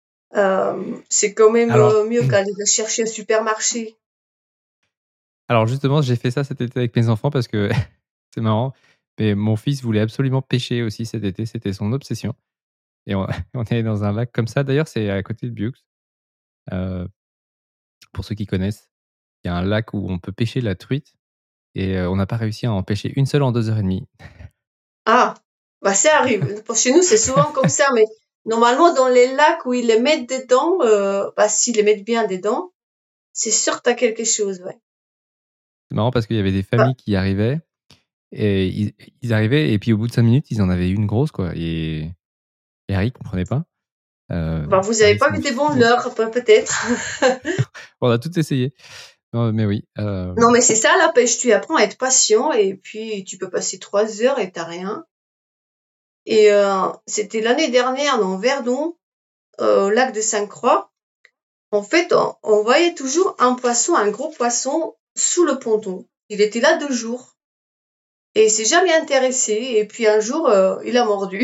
c'est quand même Alors, mieux qu'aller la chercher au supermarché. alors justement, j'ai fait ça cet été avec mes enfants parce que c'est marrant. Mais mon fils voulait absolument pêcher aussi cet été. C'était son obsession. Et on, on est dans un lac comme ça. D'ailleurs, c'est à côté de Biux. Euh, pour ceux qui connaissent, il y a un lac où on peut pêcher la truite. Et on n'a pas réussi à en pêcher une seule en 2 heures et demie. Ah, bah ça arrive. Pour chez nous, c'est souvent comme ça, mais normalement, dans les lacs où ils les mettent dedans, bah s'ils les mettent bien dedans, c'est sûr que t'as quelque chose, ouais. C'est marrant parce qu'il y avait des Bah, familles qui arrivaient. Et ils arrivaient. Et puis au bout de 5 minutes, ils en avaient une grosse, quoi. Et Harry comprenait pas. bah vous avez Harry, pas c'est mon eu des fils. bons leurres, peut-être. On a tout essayé. Non, mais oui. Non, mais c'est ça la pêche. Tu apprends à être patient et puis tu peux passer 3 heures et t'as rien. Et c'était l'année dernière dans Verdon, au lac de Sainte-Croix. En fait, on voyait toujours un gros poisson, sous le ponton. Il était là 2 jours et il s'est jamais intéressé. Et puis un jour, il a mordu.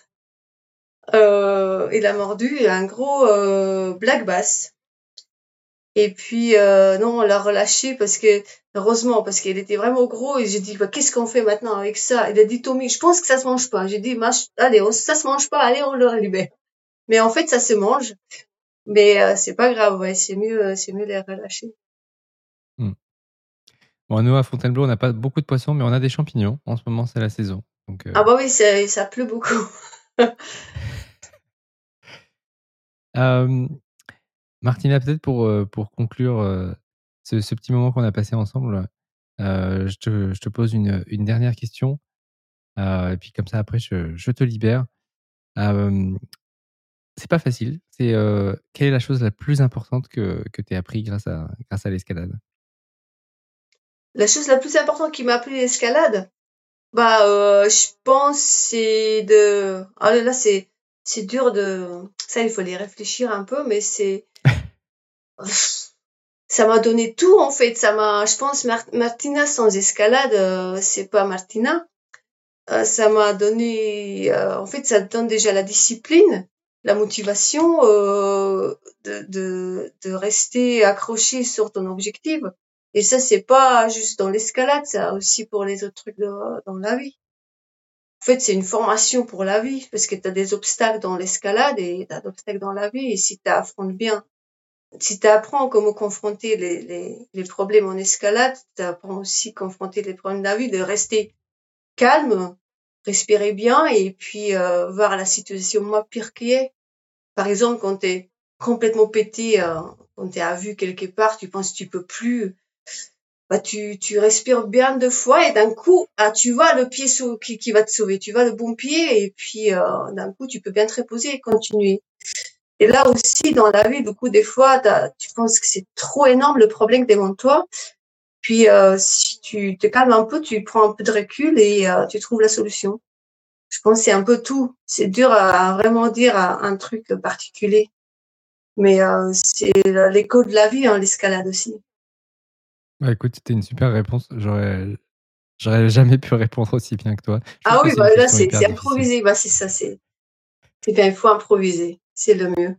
Il a mordu un gros black bass. Et puis non, on l'a relâché heureusement, parce qu'il était vraiment gros. Et j'ai dit, bah, qu'est-ce qu'on fait maintenant avec ça? Il a dit, Tommy, je pense que ça se mange pas. J'ai dit, allez, ça se mange pas, allez, on le libère. Mais en fait, ça se mange. Mais c'est pas grave, ouais, c'est mieux les relâcher. Bon, nous, à Fontainebleau, on n'a pas beaucoup de poissons, mais on a des champignons. En ce moment, c'est la saison. Donc, Ah bah oui, ça pleut beaucoup. Martina, peut-être pour conclure ce petit moment qu'on a passé ensemble, je te pose une dernière question. Et puis comme ça, après, je te libère. C'est pas facile. Quelle est la chose la plus importante que tu as appris grâce à l'escalade? La chose la plus importante qui m'a appris l'escalade, bah je pense c'est de ah là c'est dur ça il faut y réfléchir un peu, mais ça m'a donné tout en fait. Je pense Martina sans escalade, c'est pas Martina. Ça m'a donné en fait ça te donne déjà la discipline, la motivation de rester accroché sur ton objectif. Et ça, c'est pas juste dans l'escalade, ça aussi pour les autres trucs dans la vie. En fait, c'est une formation pour la vie, parce que tu as des obstacles dans l'escalade et tu as des obstacles dans la vie. Et si tu affrontes bien, si tu apprends comment confronter les problèmes en escalade, tu apprends aussi confronter les problèmes de la vie, de rester calme, respirer bien et puis voir la situation moins pire qui est. Par exemple, quand tu es complètement pété, quand tu es à vue quelque part, tu penses que tu peux plus, bah tu respires bien 2 fois et d'un coup, tu vois le pied qui va te sauver. Tu vois le bon pied et puis d'un coup, tu peux bien te reposer et continuer. Et là aussi, dans la vie, du coup, des fois, tu penses que c'est trop énorme le problème devant toi. Puis si tu te calmes un peu, tu prends un peu de recul et tu trouves la solution. Je pense que c'est un peu tout. C'est dur à vraiment dire un truc particulier. Mais c'est l'écho de la vie, hein, l'escalade aussi. Bah, écoute, c'était une super réponse. J'aurais jamais pu répondre aussi bien que toi. Je trouve Ah que oui, c'est une bah là, question c'est hyper difficile. improvisé. Bah c'est ça, c'est bien, il faut improviser. C'est le mieux.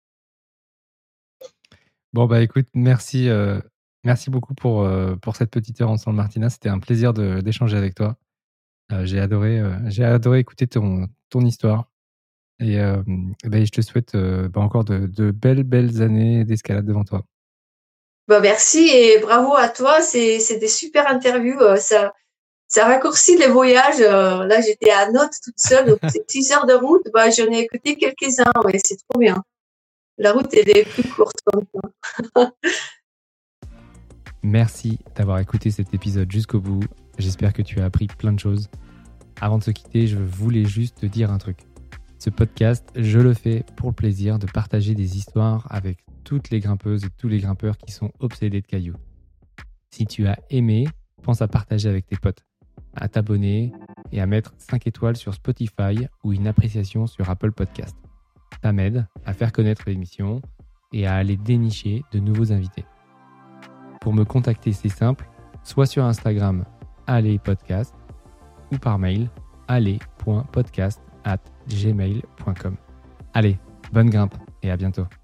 Bon, bah écoute, merci beaucoup pour cette petite heure ensemble, Martina. C'était un plaisir d'échanger avec toi. J'ai adoré écouter ton histoire. Et je te souhaite encore de belles années d'escalade devant toi. Bah merci et bravo à toi. C'est des super interviews. Ça raccourcit les voyages. Là, j'étais à Nantes toute seule, donc c'est 6 heures de route. Bah j'en ai écouté quelques-uns. Ouais, c'est trop bien. La route elle est plus courte comme ça. Merci d'avoir écouté cet épisode jusqu'au bout. J'espère que tu as appris plein de choses. Avant de se quitter, je voulais juste te dire un truc. Ce podcast, je le fais pour le plaisir de partager des histoires avec toutes les grimpeuses et tous les grimpeurs qui sont obsédés de cailloux. Si tu as aimé, pense à partager avec tes potes, à t'abonner et à mettre 5 étoiles sur Spotify ou une appréciation sur Apple Podcast. Ça m'aide à faire connaître l'émission et à aller dénicher de nouveaux invités. Pour me contacter, c'est simple, soit sur Instagram, allez-podcast, ou par mail, allez.podcast@gmail.com. Allez, bonne grimpe et à bientôt.